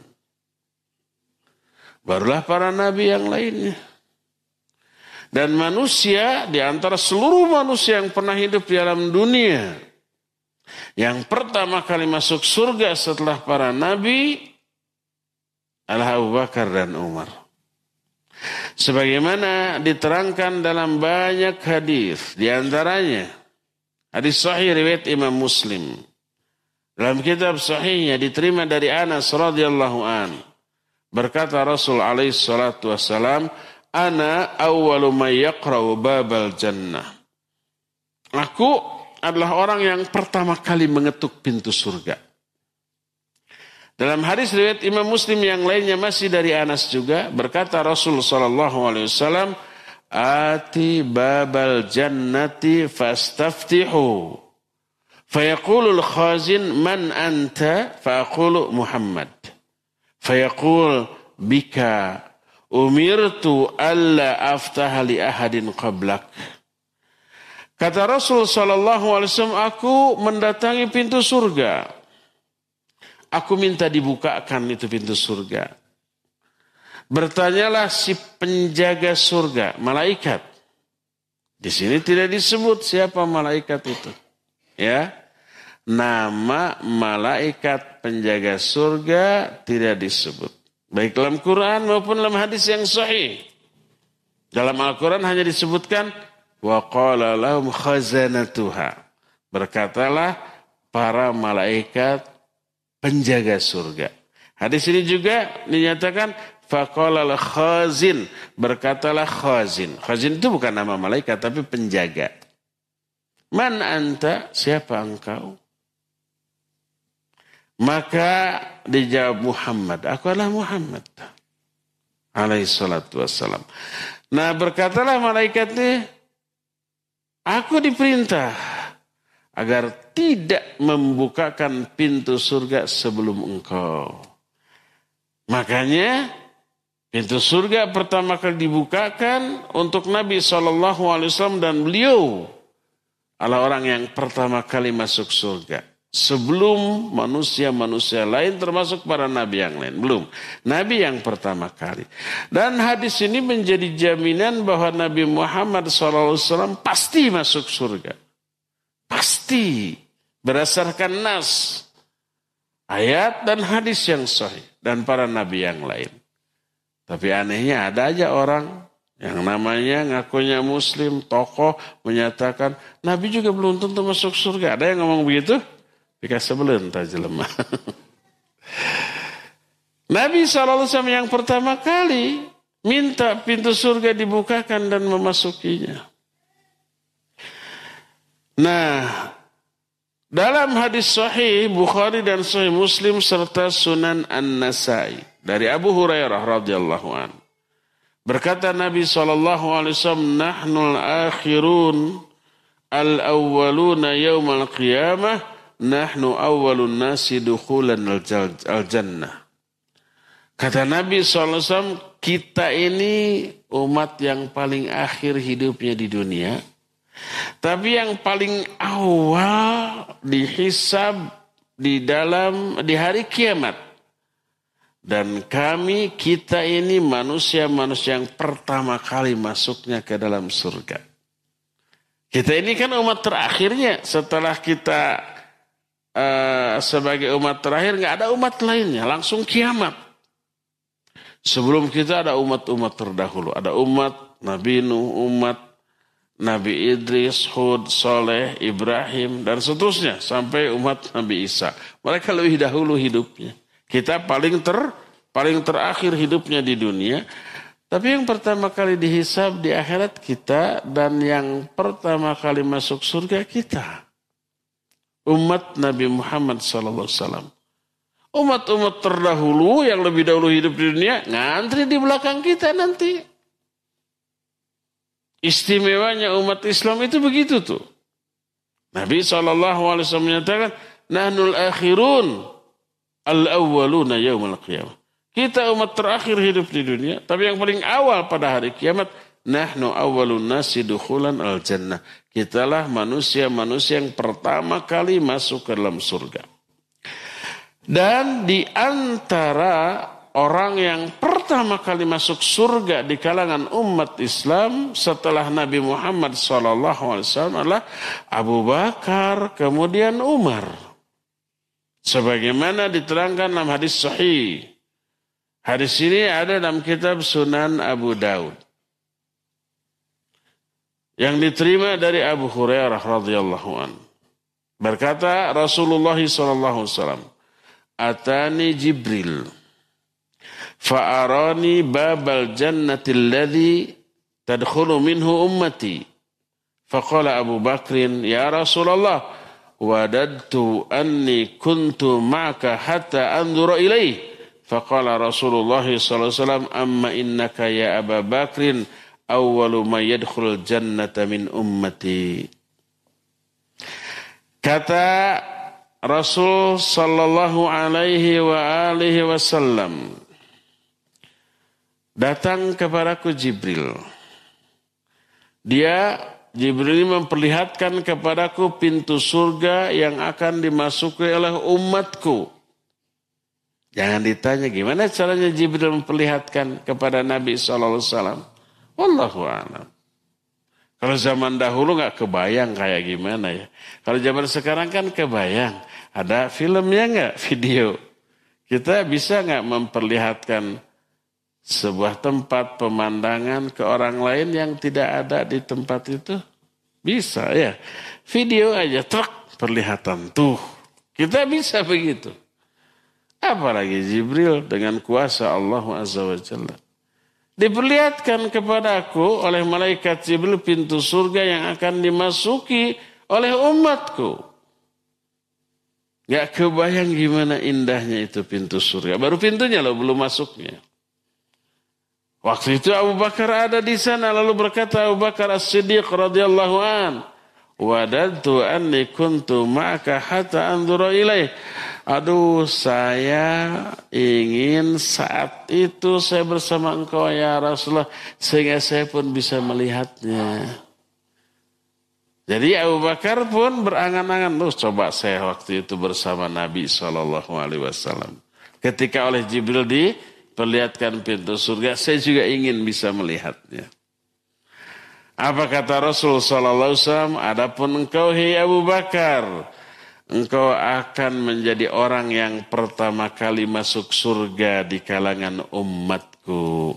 Barulah para nabi yang lainnya. Dan manusia di antara seluruh manusia yang pernah hidup di alam dunia, yang pertama kali masuk surga setelah para nabi adalah Abu Bakar dan Umar. Sebagaimana diterangkan dalam banyak hadis, di antaranya hadis sahih riwayat Imam Muslim. Dalam kitab sahihnya diterima dari Anas radhiyallahu an. Berkata Rasul alaihi salatu wassalam, ana awwalu may yaqra'u babal jannah. Aku adalah orang yang pertama kali mengetuk pintu surga. Dalam hadis riwayat Imam Muslim yang lainnya masih dari Anas juga, berkata Rasul sallallahu alaihi wasallam, ati babal jannati fastaftihu. Fayaqulul khazin man anta? Faqulu Muhammad. Fayaqul bika umirtu alla aftaha li ahadin qablak. Kata Rasul sallallahu alaihi wasallam, aku mendatangi pintu surga. Aku minta dibukakan itu pintu surga. Bertanyalah si penjaga surga, malaikat. Di sini tidak disebut siapa malaikat itu. Ya. Nama malaikat penjaga surga tidak disebut. Baik dalam Quran maupun dalam hadis yang sahih. Dalam Al-Quran hanya disebutkan wa qala lahum khazanatuha. Berkatalah para malaikat penjaga surga. Hadis ini juga dinyatakan faqala al-khazin. Berkatalah khazin. Khazin itu bukan nama malaikat tapi penjaga. Man anta? Siapa engkau? Maka dijawab Muhammad. Aku adalah Muhammad. Alaihi salatu wassalam. Nah berkatalah malaikatnya, aku diperintah agar tidak membukakan pintu surga sebelum engkau. Makanya pintu surga pertama kali dibukakan untuk Nabi shallallahu alaihi wasallam dan beliau adalah orang yang pertama kali masuk surga. Sebelum manusia-manusia lain termasuk para nabi yang lain. Belum. Nabi yang pertama kali. Dan hadis ini menjadi jaminan bahwa Nabi Muhammad shallallahu alaihi wasallam pasti masuk surga. Pasti. Berdasarkan nas. Ayat dan hadis yang sahih. Dan para nabi yang lain. Tapi anehnya ada aja orang yang namanya ngakunya muslim, tokoh, menyatakan Nabi juga belum tentu masuk surga. Ada yang ngomong begitu? Bika sebelum tak jelema. Nabi shallallahu alaihi wasallam yang pertama kali minta pintu surga dibukakan dan memasukinya. Nah, dalam hadis sahih Bukhari dan sahih Muslim serta Sunan An-Nasai dari Abu Hurairah radhiyallahu an. Berkata Nabi shallallahu alaihi wasallam, "Nahnul akhirun al-awwaluna yaumal qiyamah." Nahnu awwalun nasi dukhulan al-jannah. Kata Nabi shallallahu alaihi wasallam, kita ini umat yang paling akhir hidupnya di dunia. Tapi yang paling awal dihisab di dalam di hari kiamat. Dan kami, kita ini manusia-manusia yang pertama kali masuknya ke dalam surga. Kita ini kan umat terakhirnya. Setelah kita uh, sebagai umat terakhir, nggak ada umat lainnya. Langsung kiamat. Sebelum kita ada umat-umat terdahulu. Ada umat Nabi Nuh, umat Nabi Idris, Hud, Soleh, Ibrahim, dan seterusnya. Sampai umat Nabi Isa. Mereka lebih dahulu hidupnya. Kita paling ter paling terakhir hidupnya di dunia. Tapi yang pertama kali dihisab di akhirat kita. Dan yang pertama kali masuk surga kita. Umat Nabi Muhammad sallallahu alaihi wasallam. Umat-umat terdahulu yang lebih dahulu hidup di dunia. Ngantri di belakang kita nanti. Istimewanya umat Islam itu begitu tuh. Nabi sallallahu alaihi wasallam menyatakan. Nahnul akhirun. Al-awwaluna yaumal qiyamah. Kita umat terakhir hidup di dunia. Tapi yang paling awal pada hari kiamat. Nahnu awwalun nasi dukhulan al-jannah. Kitalah manusia-manusia yang pertama kali masuk ke dalam surga. Dan di antara orang yang pertama kali masuk surga di kalangan umat Islam setelah Nabi Muhammad sallallahu alaihi wasallam adalah Abu Bakar, kemudian Umar. Sebagaimana diterangkan dalam hadis sahih. Hadis ini ada dalam kitab Sunan Abu Daud. Yang diterima dari Abu Hurairah radhiyallahu anhu. Berkata Rasulullah sallallahu alaihi wasallam, "Atani Jibril fa'arani babal jannati alladhi tadkhulu minhu ummati." Faqala Abu Bakrin, "Ya Rasulullah, wadadtu anni kuntu ma'aka hatta anzura ilaih." Faqala Rasulullah sallallahu alaihi wasallam, "Amma innaka ya Aba Bakrin awwalu ma yadkhulul jannata min ummati." Kata Rasul sallallahu alaihi wa alihi wasallam, datang kepadaku Jibril. Dia Jibril memperlihatkan kepadaku pintu surga yang akan dimasuki oleh umatku. Jangan ditanya gimana caranya Jibril memperlihatkan kepada Nabi shallallahu alaihi wasallam. Wallahu a'lam. Kalau zaman dahulu nggak kebayang kayak gimana ya. Kalau zaman sekarang kan kebayang. Ada filmnya nggak, video. Kita bisa nggak memperlihatkan sebuah tempat pemandangan ke orang lain yang tidak ada di tempat itu? Bisa ya. Video aja, truk, perlihatan tuh. Kita bisa begitu. Apalagi Jibril dengan kuasa Allah Azza wa Jalla. Diperlihatkan kepadaku oleh malaikat Jibril pintu surga yang akan dimasuki oleh umatku. Gak kebayang gimana indahnya itu pintu surga. Baru pintunya loh, belum masuknya. Waktu itu Abu Bakar ada di sana, lalu berkata Abu Bakar As-Siddiq radhiyallahu an, "Wadadtu anni kuntu ma'aka hatta anzura ilaih." Aduh, saya ingin saat itu saya bersama engkau ya Rasulullah, sehingga saya pun bisa melihatnya. Jadi Abu Bakar pun berangan-angan, loh coba saya waktu itu bersama Nabi shallallahu alaihi wasallam. Ketika oleh Jibril diperlihatkan pintu surga, saya juga ingin bisa melihatnya. Apa kata Rasul shallallahu alaihi wasallam? Adapun engkau, hei Abu Bakar, engkau akan menjadi orang yang pertama kali masuk surga di kalangan umatku.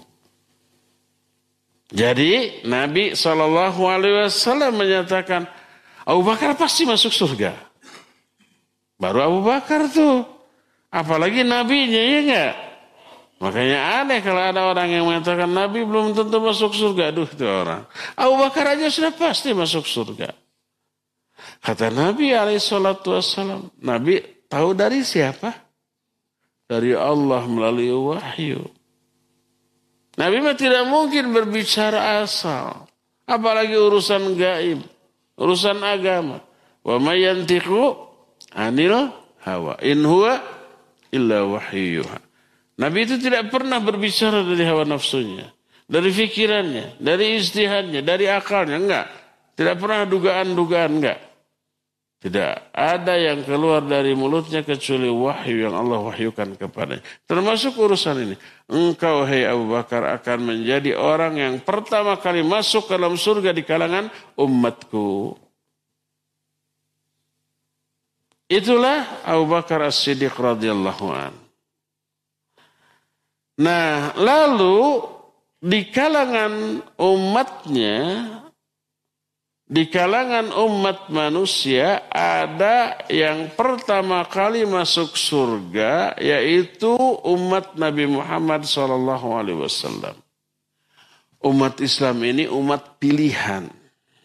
Jadi Nabi shallallahu alaihi wasallam menyatakan Abu Bakar pasti masuk surga. Baru Abu Bakar tuh. Apalagi nabinya, ya enggak? Makanya aneh kalau ada orang yang mengatakan Nabi belum tentu masuk surga. Aduh itu orang. Abu Bakar aja sudah pasti masuk surga. Kata Nabi alaihi salatu wassalam. Nabi tahu dari siapa? Dari Allah melalui wahyu. Nabi mah tidak mungkin berbicara asal. Apalagi urusan gaib. Urusan agama. Wa may yantiqu anil hawa. In huwa illa wahyuha. Nabi itu tidak pernah berbicara dari hawa nafsunya, dari pikirannya, dari ijtihadnya, dari akalnya, enggak. Tidak pernah dugaan-dugaan, enggak. Tidak ada yang keluar dari mulutnya kecuali wahyu yang Allah wahyukan kepadanya. Termasuk urusan ini. Engkau, hai Abu Bakar, akan menjadi orang yang pertama kali masuk ke dalam surga di kalangan umatku. Itulah Abu Bakar As-Siddiq radhiyallahu an. Nah, lalu di kalangan umatnya, di kalangan umat manusia ada yang pertama kali masuk surga, yaitu umat Nabi Muhammad shallallahu alaihi wasallam. Umat Islam ini umat pilihan.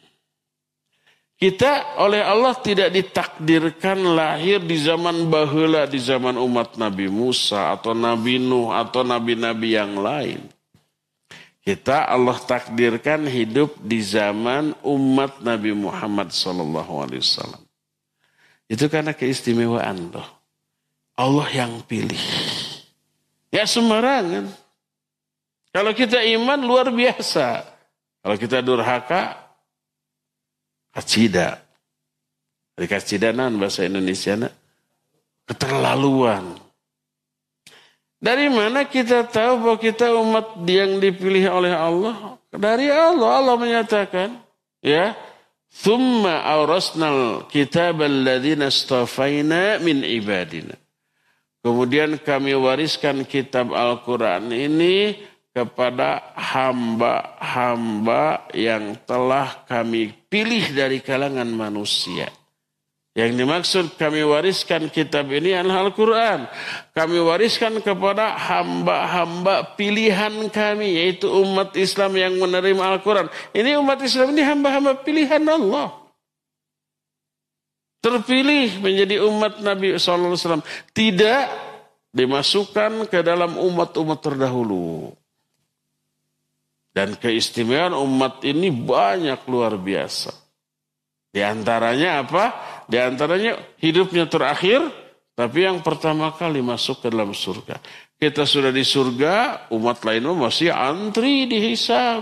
Kita oleh Allah tidak ditakdirkan lahir di zaman baheula, di zaman umat Nabi Musa atau Nabi Nuh atau nabi-nabi yang lain. Kita Allah takdirkan hidup di zaman umat Nabi Muhammad shallallahu alaihi wasallam. Itu karena keistimewaan loh. Allah yang pilih. Ya sembarangan. Kalau kita iman luar biasa. Kalau kita durhaka, kacida. Dari kacidanan bahasa Indonesia, keterlaluan. Dari mana kita tahu bahwa kita umat yang dipilih oleh Allah? Dari Allah. Allah menyatakan, ya, "Tsumma awrasnal kitabal ladzina istafaina min ibadina." Kemudian kami wariskan kitab Al-Qur'an ini kepada hamba-hamba yang telah kami pilih dari kalangan manusia. Yang dimaksud kami wariskan kitab ini adalah Al-Quran. Kami wariskan kepada hamba-hamba pilihan kami, yaitu umat Islam yang menerima Al-Quran. Ini umat Islam ini hamba-hamba pilihan Allah. Terpilih menjadi umat Nabi shallallahu alaihi wasallam. Tidak dimasukkan ke dalam umat-umat terdahulu. Dan keistimewaan umat ini banyak luar biasa. Di antaranya apa? Di antaranya hidupnya terakhir, tapi yang pertama kali masuk ke dalam surga. Kita sudah di surga, umat lain masih antri dihisab.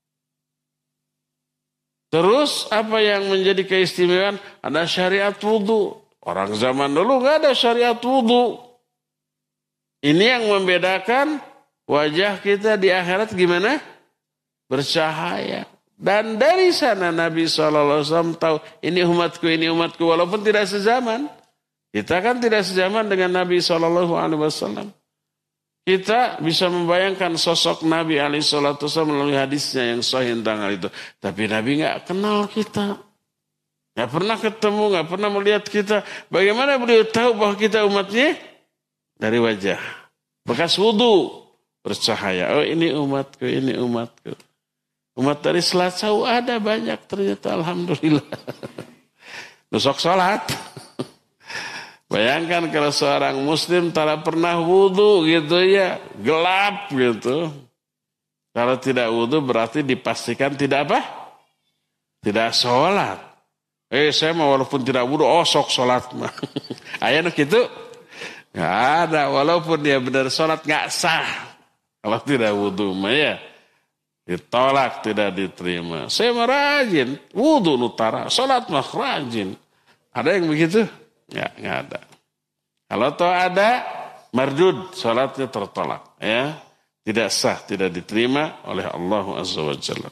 Terus apa yang menjadi keistimewaan? Ada syariat wudhu. Orang zaman dulu nggak ada syariat wudhu. Ini yang membedakan wajah kita di akhirat gimana? Bercahaya. Dan dari sana Nabi shallallahu alaihi wasallam tahu ini umatku, ini umatku. Walaupun tidak sezaman. Kita kan tidak sezaman dengan Nabi shallallahu alaihi wasallam. Kita bisa membayangkan sosok Nabi alaihi salatu wasallam melalui hadisnya yang sahih tentang hal itu. Tapi Nabi nggak kenal kita. Nggak pernah ketemu, nggak pernah melihat kita. Bagaimana beliau tahu bahwa kita umatnya? Dari wajah. Bekas wudhu. Bercahaya. Oh ini umatku, ini umatku. Umat dari Selat Sau ada banyak ternyata, alhamdulillah. Nusok sholat. Bayangkan kalau seorang muslim tak pernah wudhu gitu ya, gelap gitu. Kalau tidak wudhu berarti dipastikan tidak apa? Tidak sholat. Eh saya mau walaupun tidak wudhu, oh sok sholat. Ayah gitu? Nggak ada, walaupun dia benar sholat nggak sah. Kalau tidak wudhu mah ya. Ditolak, tidak diterima. Saya mah rajin. Wudhu nutara. Salat mah rajin. Ada yang begitu? Ya, nggak ada. Kalau toh ada, mardud. Salatnya tertolak. Ya, tidak sah, tidak diterima oleh Allah Azza wa Jalla.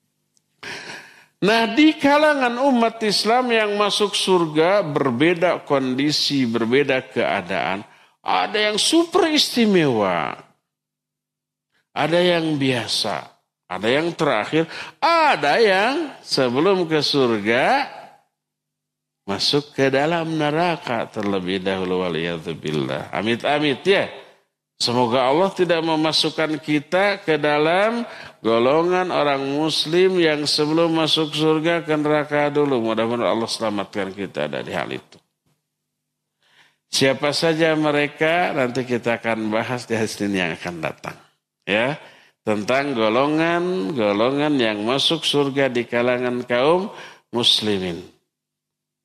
Nah, di kalangan umat Islam yang masuk surga berbeda kondisi, berbeda keadaan. Ada yang super istimewa. Ada yang biasa. Ada yang terakhir, ada yang sebelum ke surga masuk ke dalam neraka terlebih dahulu, waliyadzubillah. Amit-amit ya. Semoga Allah tidak memasukkan kita ke dalam golongan orang muslim yang sebelum masuk surga ke neraka dulu. Mudah-mudahan Allah selamatkan kita dari hal itu. Siapa saja mereka nanti kita akan bahas di hadis ini yang akan datang. Ya. Tentang golongan-golongan yang masuk surga di kalangan kaum muslimin.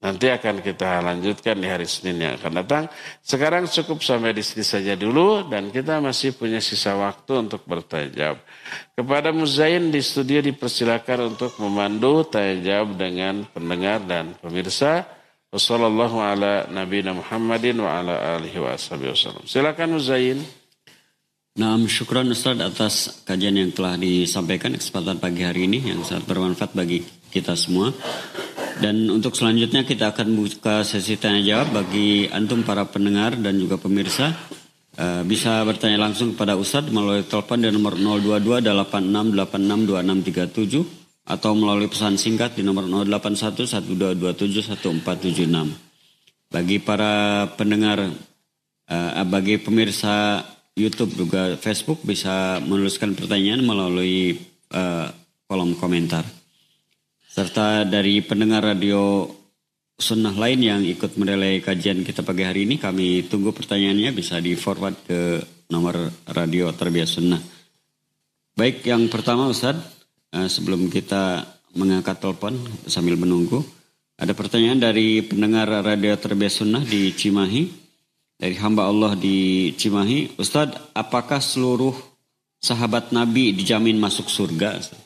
Nanti akan kita lanjutkan di hari Senin yang akan datang. Sekarang cukup sampai di sini saja dulu dan kita masih punya sisa waktu untuk bertanya jawab. Kepada Muzain di studio dipersilakan untuk memandu tanya jawab dengan pendengar dan pemirsa. Wassallallahu ala nabiyina Muhammadin wa ala alihi wa ashabihi wasallam. Silakan Muzain. Nah, syukran Ustaz atas kajian yang telah disampaikan kesempatan pagi hari ini yang sangat bermanfaat bagi kita semua. Dan untuk selanjutnya kita akan buka sesi tanya jawab bagi antum para pendengar dan juga pemirsa. Uh, bisa bertanya langsung kepada Ustadz melalui telepon di nomor nol dua dua delapan enam delapan enam dua enam tiga tujuh atau melalui pesan singkat di nomor nol delapan satu satu dua dua tujuh satu empat tujuh enam. Bagi para pendengar, uh, bagi pemirsa YouTube juga Facebook bisa menuliskan pertanyaan melalui uh, kolom komentar. Serta dari pendengar radio sunnah lain yang ikut menilai kajian kita pagi hari ini, kami tunggu pertanyaannya bisa di forward ke nomor radio Tarbiyah Sunnah. Baik, yang pertama Ustadz, sebelum kita mengangkat telepon sambil menunggu, ada pertanyaan dari pendengar radio Tarbiyah Sunnah di Cimahi, dari hamba Allah di Cimahi. Ustadz, apakah seluruh sahabat Nabi dijamin masuk surga? Ustadz?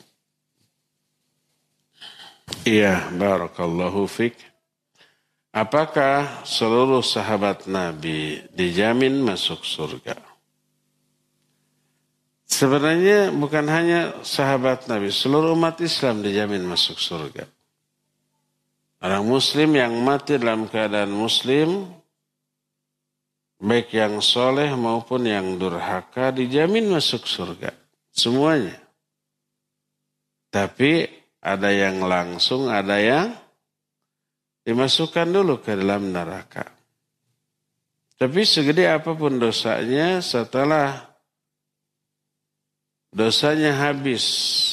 Iya, barakallahu fik. Apakah seluruh sahabat Nabi dijamin masuk surga? Sebenarnya bukan hanya sahabat Nabi, seluruh umat Islam dijamin masuk surga. Orang Muslim yang mati dalam keadaan Muslim, baik yang soleh maupun yang durhaka, dijamin masuk surga. Semuanya. Tapi ada yang langsung, ada yang dimasukkan dulu ke dalam neraka. Tapi segede apapun dosanya, setelah dosanya habis,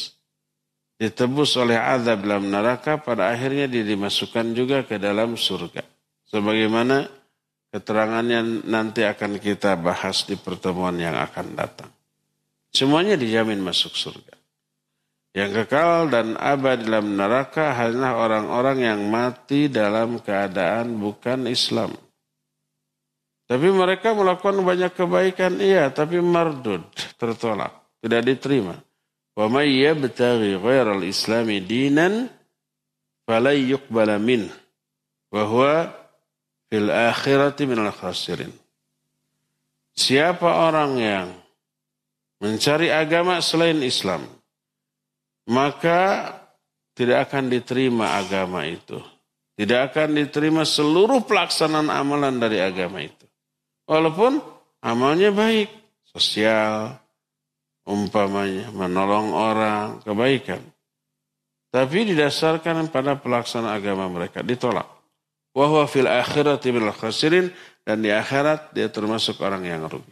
ditebus oleh azab dalam neraka, pada akhirnya dia dimasukkan juga ke dalam surga. Sebagaimana keterangannya nanti akan kita bahas di pertemuan yang akan datang. Semuanya dijamin masuk surga. Yang kekal dan abadi dalam neraka hanyalah orang-orang yang mati dalam keadaan bukan Islam. Tapi mereka melakukan banyak kebaikan, iya, tapi mardud, tertolak, tidak diterima. Wa may yabtaghi ghairal islami dinan falay yuqbala min wa huwa fil akhirati minal khasirin. Siapa orang yang mencari agama selain Islam, maka tidak akan diterima agama itu. Tidak akan diterima seluruh pelaksanaan amalan dari agama itu. Walaupun amalnya baik, sosial, umpamanya, menolong orang, kebaikan. Tapi didasarkan pada pelaksanaan agama mereka, ditolak. Wa huwa fil akhirati minal khasirin, dan di akhirat dia termasuk orang yang rugi.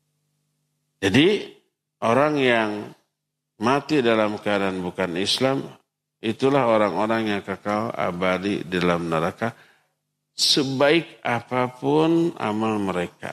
Jadi orang yang mati dalam keadaan bukan Islam, itulah orang-orang yang kekal abadi di dalam neraka, sebaik apapun amal mereka.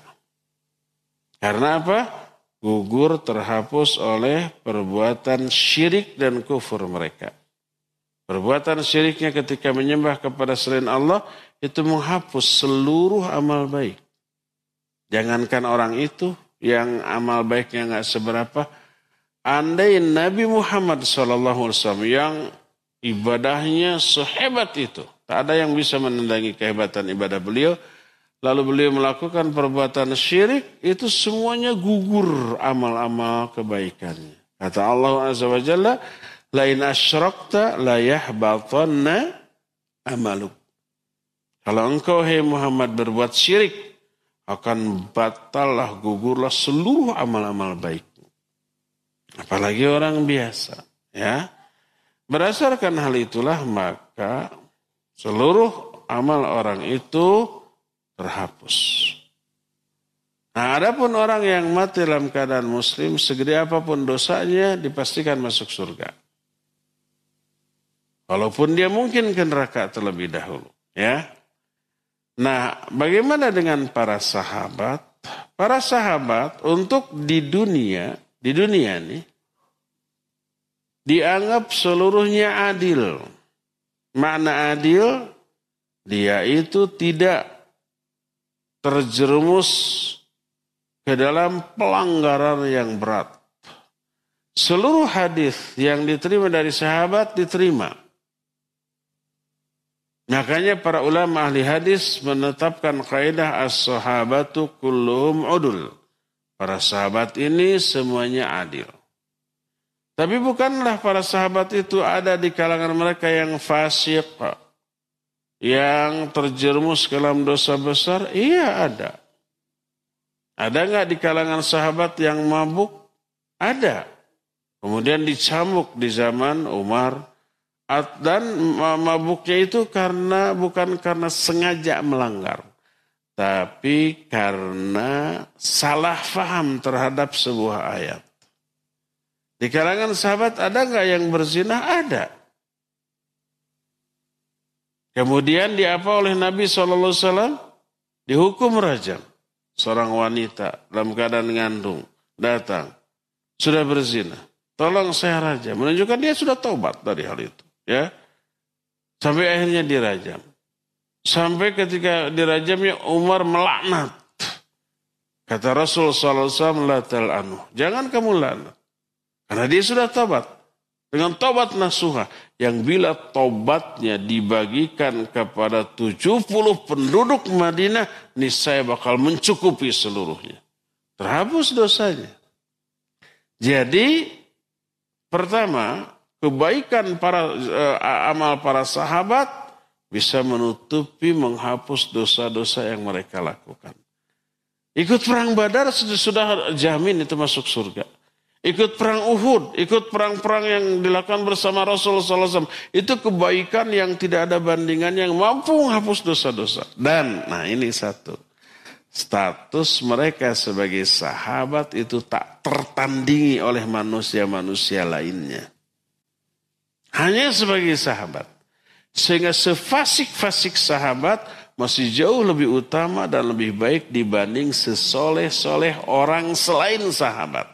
Karena apa? Gugur terhapus oleh perbuatan syirik dan kufur mereka. Perbuatan syiriknya ketika menyembah kepada selain Allah, itu menghapus seluruh amal baik. Jangankan orang itu yang amal baiknya nggak seberapa, andai Nabi Muhammad shallallahu alaihi wasallam yang ibadahnya sehebat itu, tak ada yang bisa menandingi kehebatan ibadah beliau, lalu beliau melakukan perbuatan syirik, itu semuanya gugur amal-amal kebaikannya. Kata Allah Azza wa Jalla, lain asyrakta la yahbatanna amaluk. Kalau engkau hai Muhammad berbuat syirik, akan batallah, gugurlah seluruh amal-amal baik. Apalagi orang biasa, ya. Berdasarkan hal itulah maka seluruh amal orang itu terhapus. Nah, adapun orang yang mati dalam keadaan muslim, segede apapun dosanya dipastikan masuk surga. Walaupun dia mungkin ke neraka terlebih dahulu, ya. Nah, bagaimana dengan para sahabat? Para sahabat untuk di dunia Di dunia ini dianggap seluruhnya adil. Makna adil, dia itu tidak terjerumus ke dalam pelanggaran yang berat. Seluruh hadis yang diterima dari sahabat diterima. Makanya para ulama ahli hadis menetapkan kaidah as-sahabatu kulluhum udul. Para sahabat ini semuanya adil. Tapi bukanlah para sahabat itu ada di kalangan mereka yang fasik, yang terjerumus ke dalam dosa besar. Iya ada. Ada nggak di kalangan sahabat yang mabuk? Ada. Kemudian dicambuk di zaman Umar. Dan mabuknya itu karena bukan karena sengaja melanggar. Tapi karena salah faham terhadap sebuah ayat. Di kalangan sahabat ada nggak yang berzina? Ada. Kemudian diapa oleh Nabi shallallahu alaihi wasallam? Dihukum rajam. Seorang wanita dalam keadaan ngandung datang. Sudah berzina. Tolong saya rajam. Menunjukkan dia sudah taubat dari hal itu. Ya, sampai akhirnya dirajam. Sampai ketika dirajamnya Umar melaknat. Kata Rasul shallallahu alaihi wasallam, la tal'anu. Jangan kamu laknat. Karena dia sudah taubat. Dengan taubat nasuha. Yang bila taubatnya dibagikan kepada tujuh puluh penduduk Madinah, niscaya bakal mencukupi seluruhnya. Terhapus dosanya. Jadi, pertama, kebaikan para uh, amal para sahabat bisa menutupi, menghapus dosa-dosa yang mereka lakukan. Ikut perang Badar sudah, sudah jamin itu masuk surga. Ikut perang Uhud, ikut perang-perang yang dilakukan bersama Rasulullah shallallahu alaihi wasallam. Itu kebaikan yang tidak ada bandingan, yang mampu menghapus dosa-dosa. Dan, nah ini satu. Status mereka sebagai sahabat itu tak tertandingi oleh manusia-manusia lainnya. Hanya sebagai sahabat. Sehingga sefasik-fasik sahabat masih jauh lebih utama dan lebih baik dibanding sesoleh-soleh orang selain sahabat.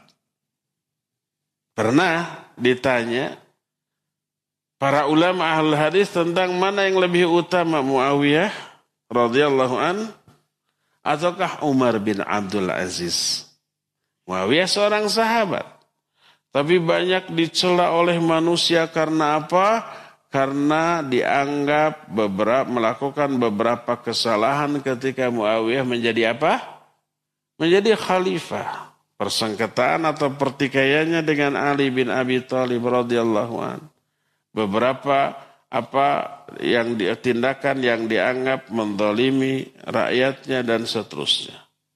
Pernah ditanya para ulama ahli hadis tentang mana yang lebih utama, Muawiyah radhiyallahu an ataukah Umar bin Abdul Aziz. Muawiyah seorang sahabat, tapi banyak dicela oleh manusia karena apa? Karena dianggap beberapa melakukan beberapa kesalahan ketika Muawiyah menjadi apa? Menjadi khalifah. Persengketaan atau pertikaiannya dengan Ali bin Abi Thalib radhiyallahu an. Beberapa apa yang tindakan yang dianggap menzalimi rakyatnya dan seterusnya.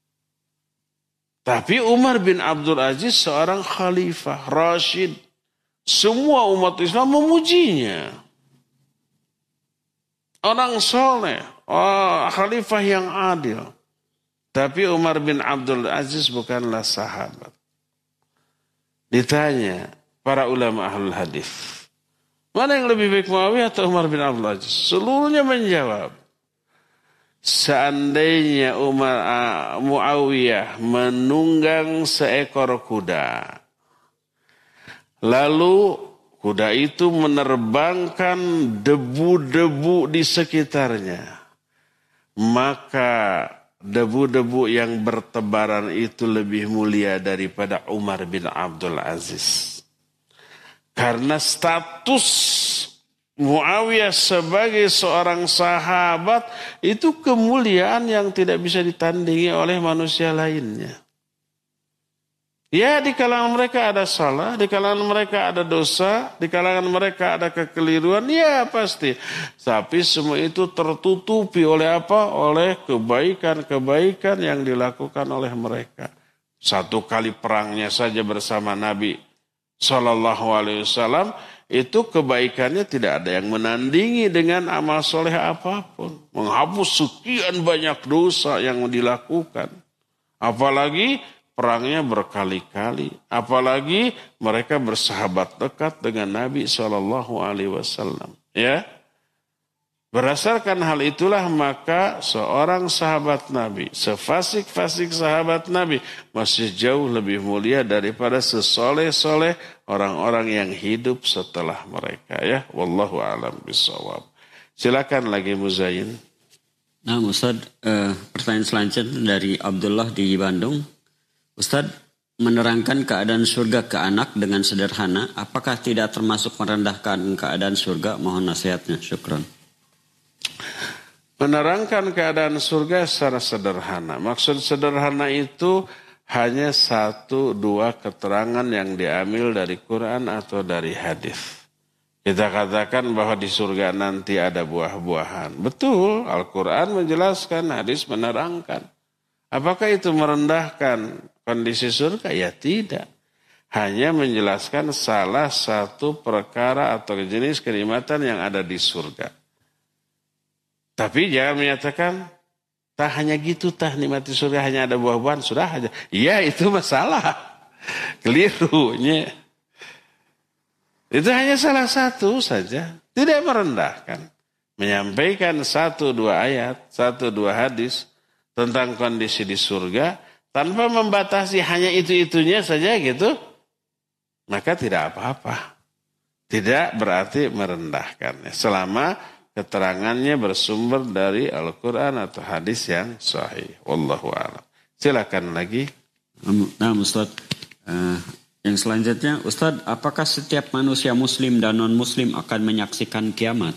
Tapi Umar bin Abdul Aziz seorang khalifah Rashid. Semua umat Islam memujinya. Orang soleh, oh, khalifah yang adil. Tapi Umar bin Abdul Aziz bukanlah sahabat. Ditanya para ulama ahlul hadis, mana yang lebih baik Muawiyah atau Umar bin Abdul Aziz? Seluruhnya menjawab, seandainya Umar uh, Muawiyah menunggang seekor kuda, lalu kuda itu menerbangkan debu-debu di sekitarnya, maka debu-debu yang bertebaran itu lebih mulia daripada Umar bin Abdul Aziz. Karena status Muawiyah sebagai seorang sahabat itu kemuliaan yang tidak bisa ditandingi oleh manusia lainnya. Ya, di kalangan mereka ada salah, di kalangan mereka ada dosa, di kalangan mereka ada kekeliruan, ya pasti. Tapi semua itu tertutupi oleh apa? Oleh kebaikan-kebaikan yang dilakukan oleh mereka. Satu kali perangnya saja bersama Nabi shallallahu alaihi wasallam, itu kebaikannya tidak ada yang menandingi dengan amal soleh apapun. Menghapus sekian banyak dosa yang dilakukan. Apalagi perangnya berkali-kali. Apalagi mereka bersahabat dekat dengan Nabi shallallahu alaihi wasallam. Ya, berdasarkan hal itulah maka seorang sahabat Nabi, sefasik-fasik sahabat Nabi, masih jauh lebih mulia daripada sesoleh-soleh orang-orang yang hidup setelah mereka. Ya, wallahu a'lam bishawab. Silakan lagi Muzain. Nah Ustaz, eh, pertanyaan selanjutnya dari Abdullah di Bandung. Ustaz, menerangkan keadaan surga ke anak dengan sederhana, apakah tidak termasuk merendahkan keadaan surga? Mohon nasihatnya, syukron. Menerangkan keadaan surga secara sederhana. Maksud sederhana itu hanya satu dua keterangan yang diambil dari Quran atau dari hadis. Kita katakan bahwa di surga nanti ada buah-buahan. Betul, Al-Quran menjelaskan, hadis menerangkan. Apakah itu merendahkan kondisi surga? Ya tidak. Hanya menjelaskan salah satu perkara atau jenis kenikmatan yang ada di surga. Tapi jangan menyatakan, tak hanya gitu, tak nikmati surga hanya ada buah-buahan, sudah aja. Iya itu masalah. Kelirunya. Itu hanya salah satu saja. Tidak merendahkan. Menyampaikan satu dua ayat, satu dua hadis tentang kondisi di surga. Tanpa membatasi hanya itu-itunya saja gitu. Maka tidak apa-apa. Tidak berarti merendahkan. Selama keterangannya bersumber dari Al-Quran atau hadis yang sahih. Wallahu a'lam. Silakan lagi. Nah Ustaz, uh... yang selanjutnya, Ustadz, apakah setiap manusia muslim dan non-muslim akan menyaksikan kiamat?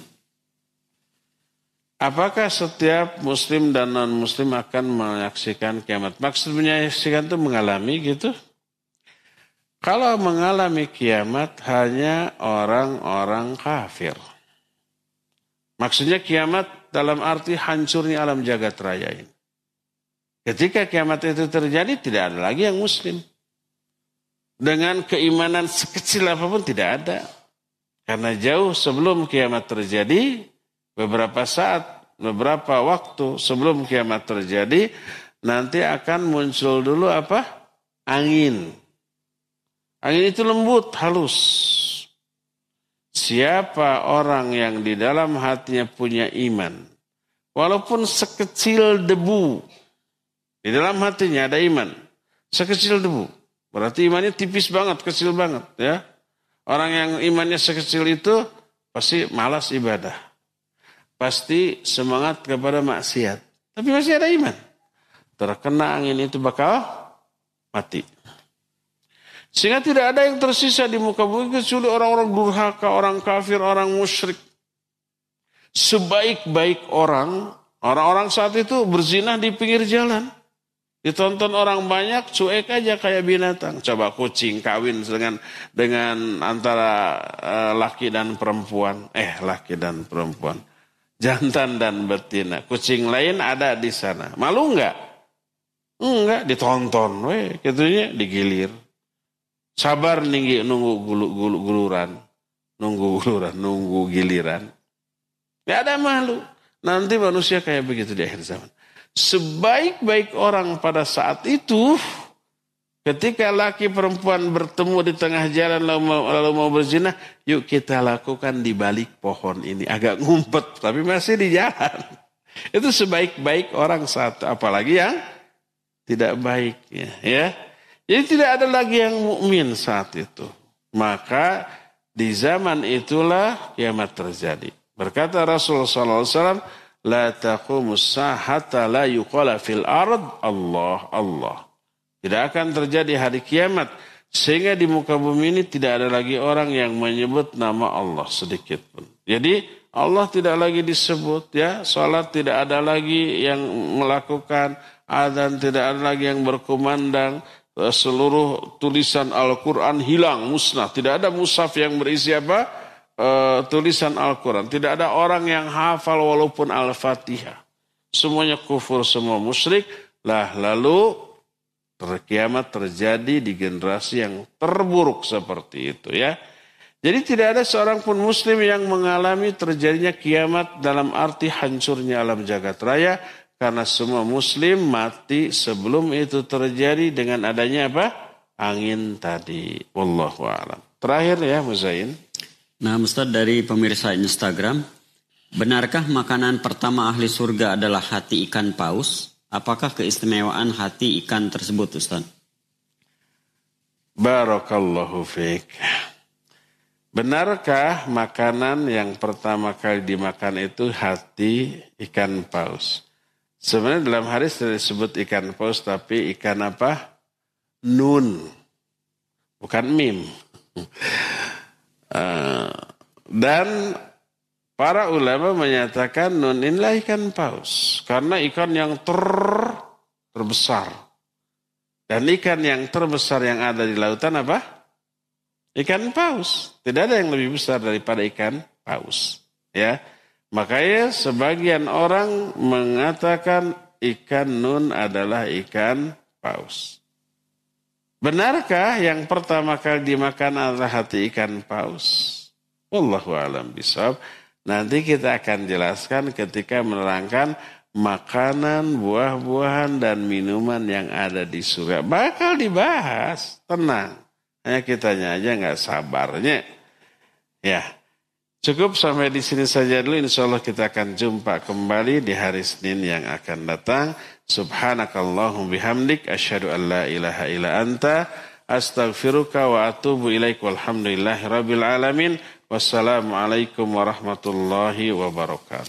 Apakah setiap muslim dan non-muslim akan menyaksikan kiamat? Maksud menyaksikan itu mengalami gitu? Kalau mengalami kiamat hanya orang-orang kafir. Maksudnya kiamat dalam arti hancurnya alam jagat raya ini. Ketika kiamat itu terjadi tidak ada lagi yang muslim. Dengan keimanan sekecil apapun tidak ada. Karena jauh sebelum kiamat terjadi, beberapa saat, beberapa waktu sebelum kiamat terjadi, nanti akan muncul dulu apa? Angin. Angin itu lembut, halus. Siapa orang yang di dalam hatinya punya iman, walaupun sekecil debu, di dalam hatinya ada iman, sekecil debu. Berarti imannya tipis banget, kecil banget ya. Orang yang imannya sekecil itu pasti malas ibadah. Pasti semangat kepada maksiat. Tapi masih ada iman. Terkena angin itu bakal mati. Sehingga tidak ada yang tersisa di muka bumi kecuali orang-orang durhaka, orang kafir, orang musyrik. Sebaik-baik orang, orang-orang saat itu berzina di pinggir jalan. Ditonton orang banyak, cuek aja kayak binatang. Coba kucing kawin dengan dengan antara uh, laki dan perempuan. Eh, laki dan perempuan. Jantan dan betina. Kucing lain ada di sana. Malu enggak? Enggak, ditonton. Weh, gitunya digilir. Sabar nih nunggu gulu, gulu, guluran. Nunggu guluran, nunggu giliran. Enggak ada malu. Nanti manusia kayak begitu di akhir zaman. Sebaik-baik orang pada saat itu, ketika laki perempuan bertemu di tengah jalan lalu mau, lalu mau berzina, yuk kita lakukan di balik pohon ini. Agak ngumpet, tapi masih di jalan. Itu sebaik-baik orang saat, apalagi yang tidak baik. Ya, ya. Jadi tidak ada lagi yang mukmin saat itu. Maka di zaman itulah kiamat terjadi. Berkata Rasulullah shallallahu alaihi wasallam, la taqumus sa'ata la yuqala fil ard Allah Allah. Tidak akan terjadi hari kiamat sehingga di muka bumi ini tidak ada lagi orang yang menyebut nama Allah sedikit pun. Jadi Allah tidak lagi disebut ya, salat tidak ada lagi yang melakukan, adzan tidak ada lagi yang berkumandang, seluruh tulisan Al-Qur'an hilang, musnah, tidak ada mushaf yang berisi apa? Uh, tulisan Al-Quran. Tidak ada orang yang hafal walaupun Al-Fatihah. Semuanya kufur, semua musyrik. Lah lalu kiamat terjadi di generasi yang terburuk seperti itu ya. Jadi tidak ada seorang pun muslim yang mengalami terjadinya kiamat dalam arti hancurnya alam jagat raya. Karena semua muslim mati sebelum itu terjadi dengan adanya apa? Angin tadi. Wallahu a'lam. Terakhir ya Muzain. Nah Ustaz, dari pemirsa Instagram, benarkah makanan pertama ahli surga adalah hati ikan paus? Apakah keistimewaan hati ikan tersebut Ustaz? Barakallahu fiik. Benarkah makanan yang pertama kali dimakan itu hati ikan paus? Sebenarnya dalam hadis tidak disebut ikan paus, tapi ikan apa? Nun. Bukan mim. uh, dan para ulama menyatakan nun inilah ikan paus. Karena ikan yang ter, terbesar. Dan ikan yang terbesar yang ada di lautan apa? Ikan paus. Tidak ada yang lebih besar daripada ikan paus. Ya, makanya sebagian orang mengatakan ikan nun adalah ikan paus. Benarkah yang pertama kali dimakan adalah hati ikan paus? Wallahu a'lam bishawab. Nanti kita akan jelaskan ketika menerangkan makanan, buah-buahan, dan minuman yang ada di surga. Bakal dibahas, tenang. Hanya kitanya aja nggak sabarnya. Ya, cukup sampai di sini saja dulu. Insya Allah kita akan jumpa kembali di hari Senin yang akan datang. Subhanakallahum bihamdik. Asyhadu an la ilaha illa anta. Astaghfiruka wa atubu ilaik. Walhamdulillahi rabbil alamin. Wassalamualaikum warahmatullahi wabarakatuh.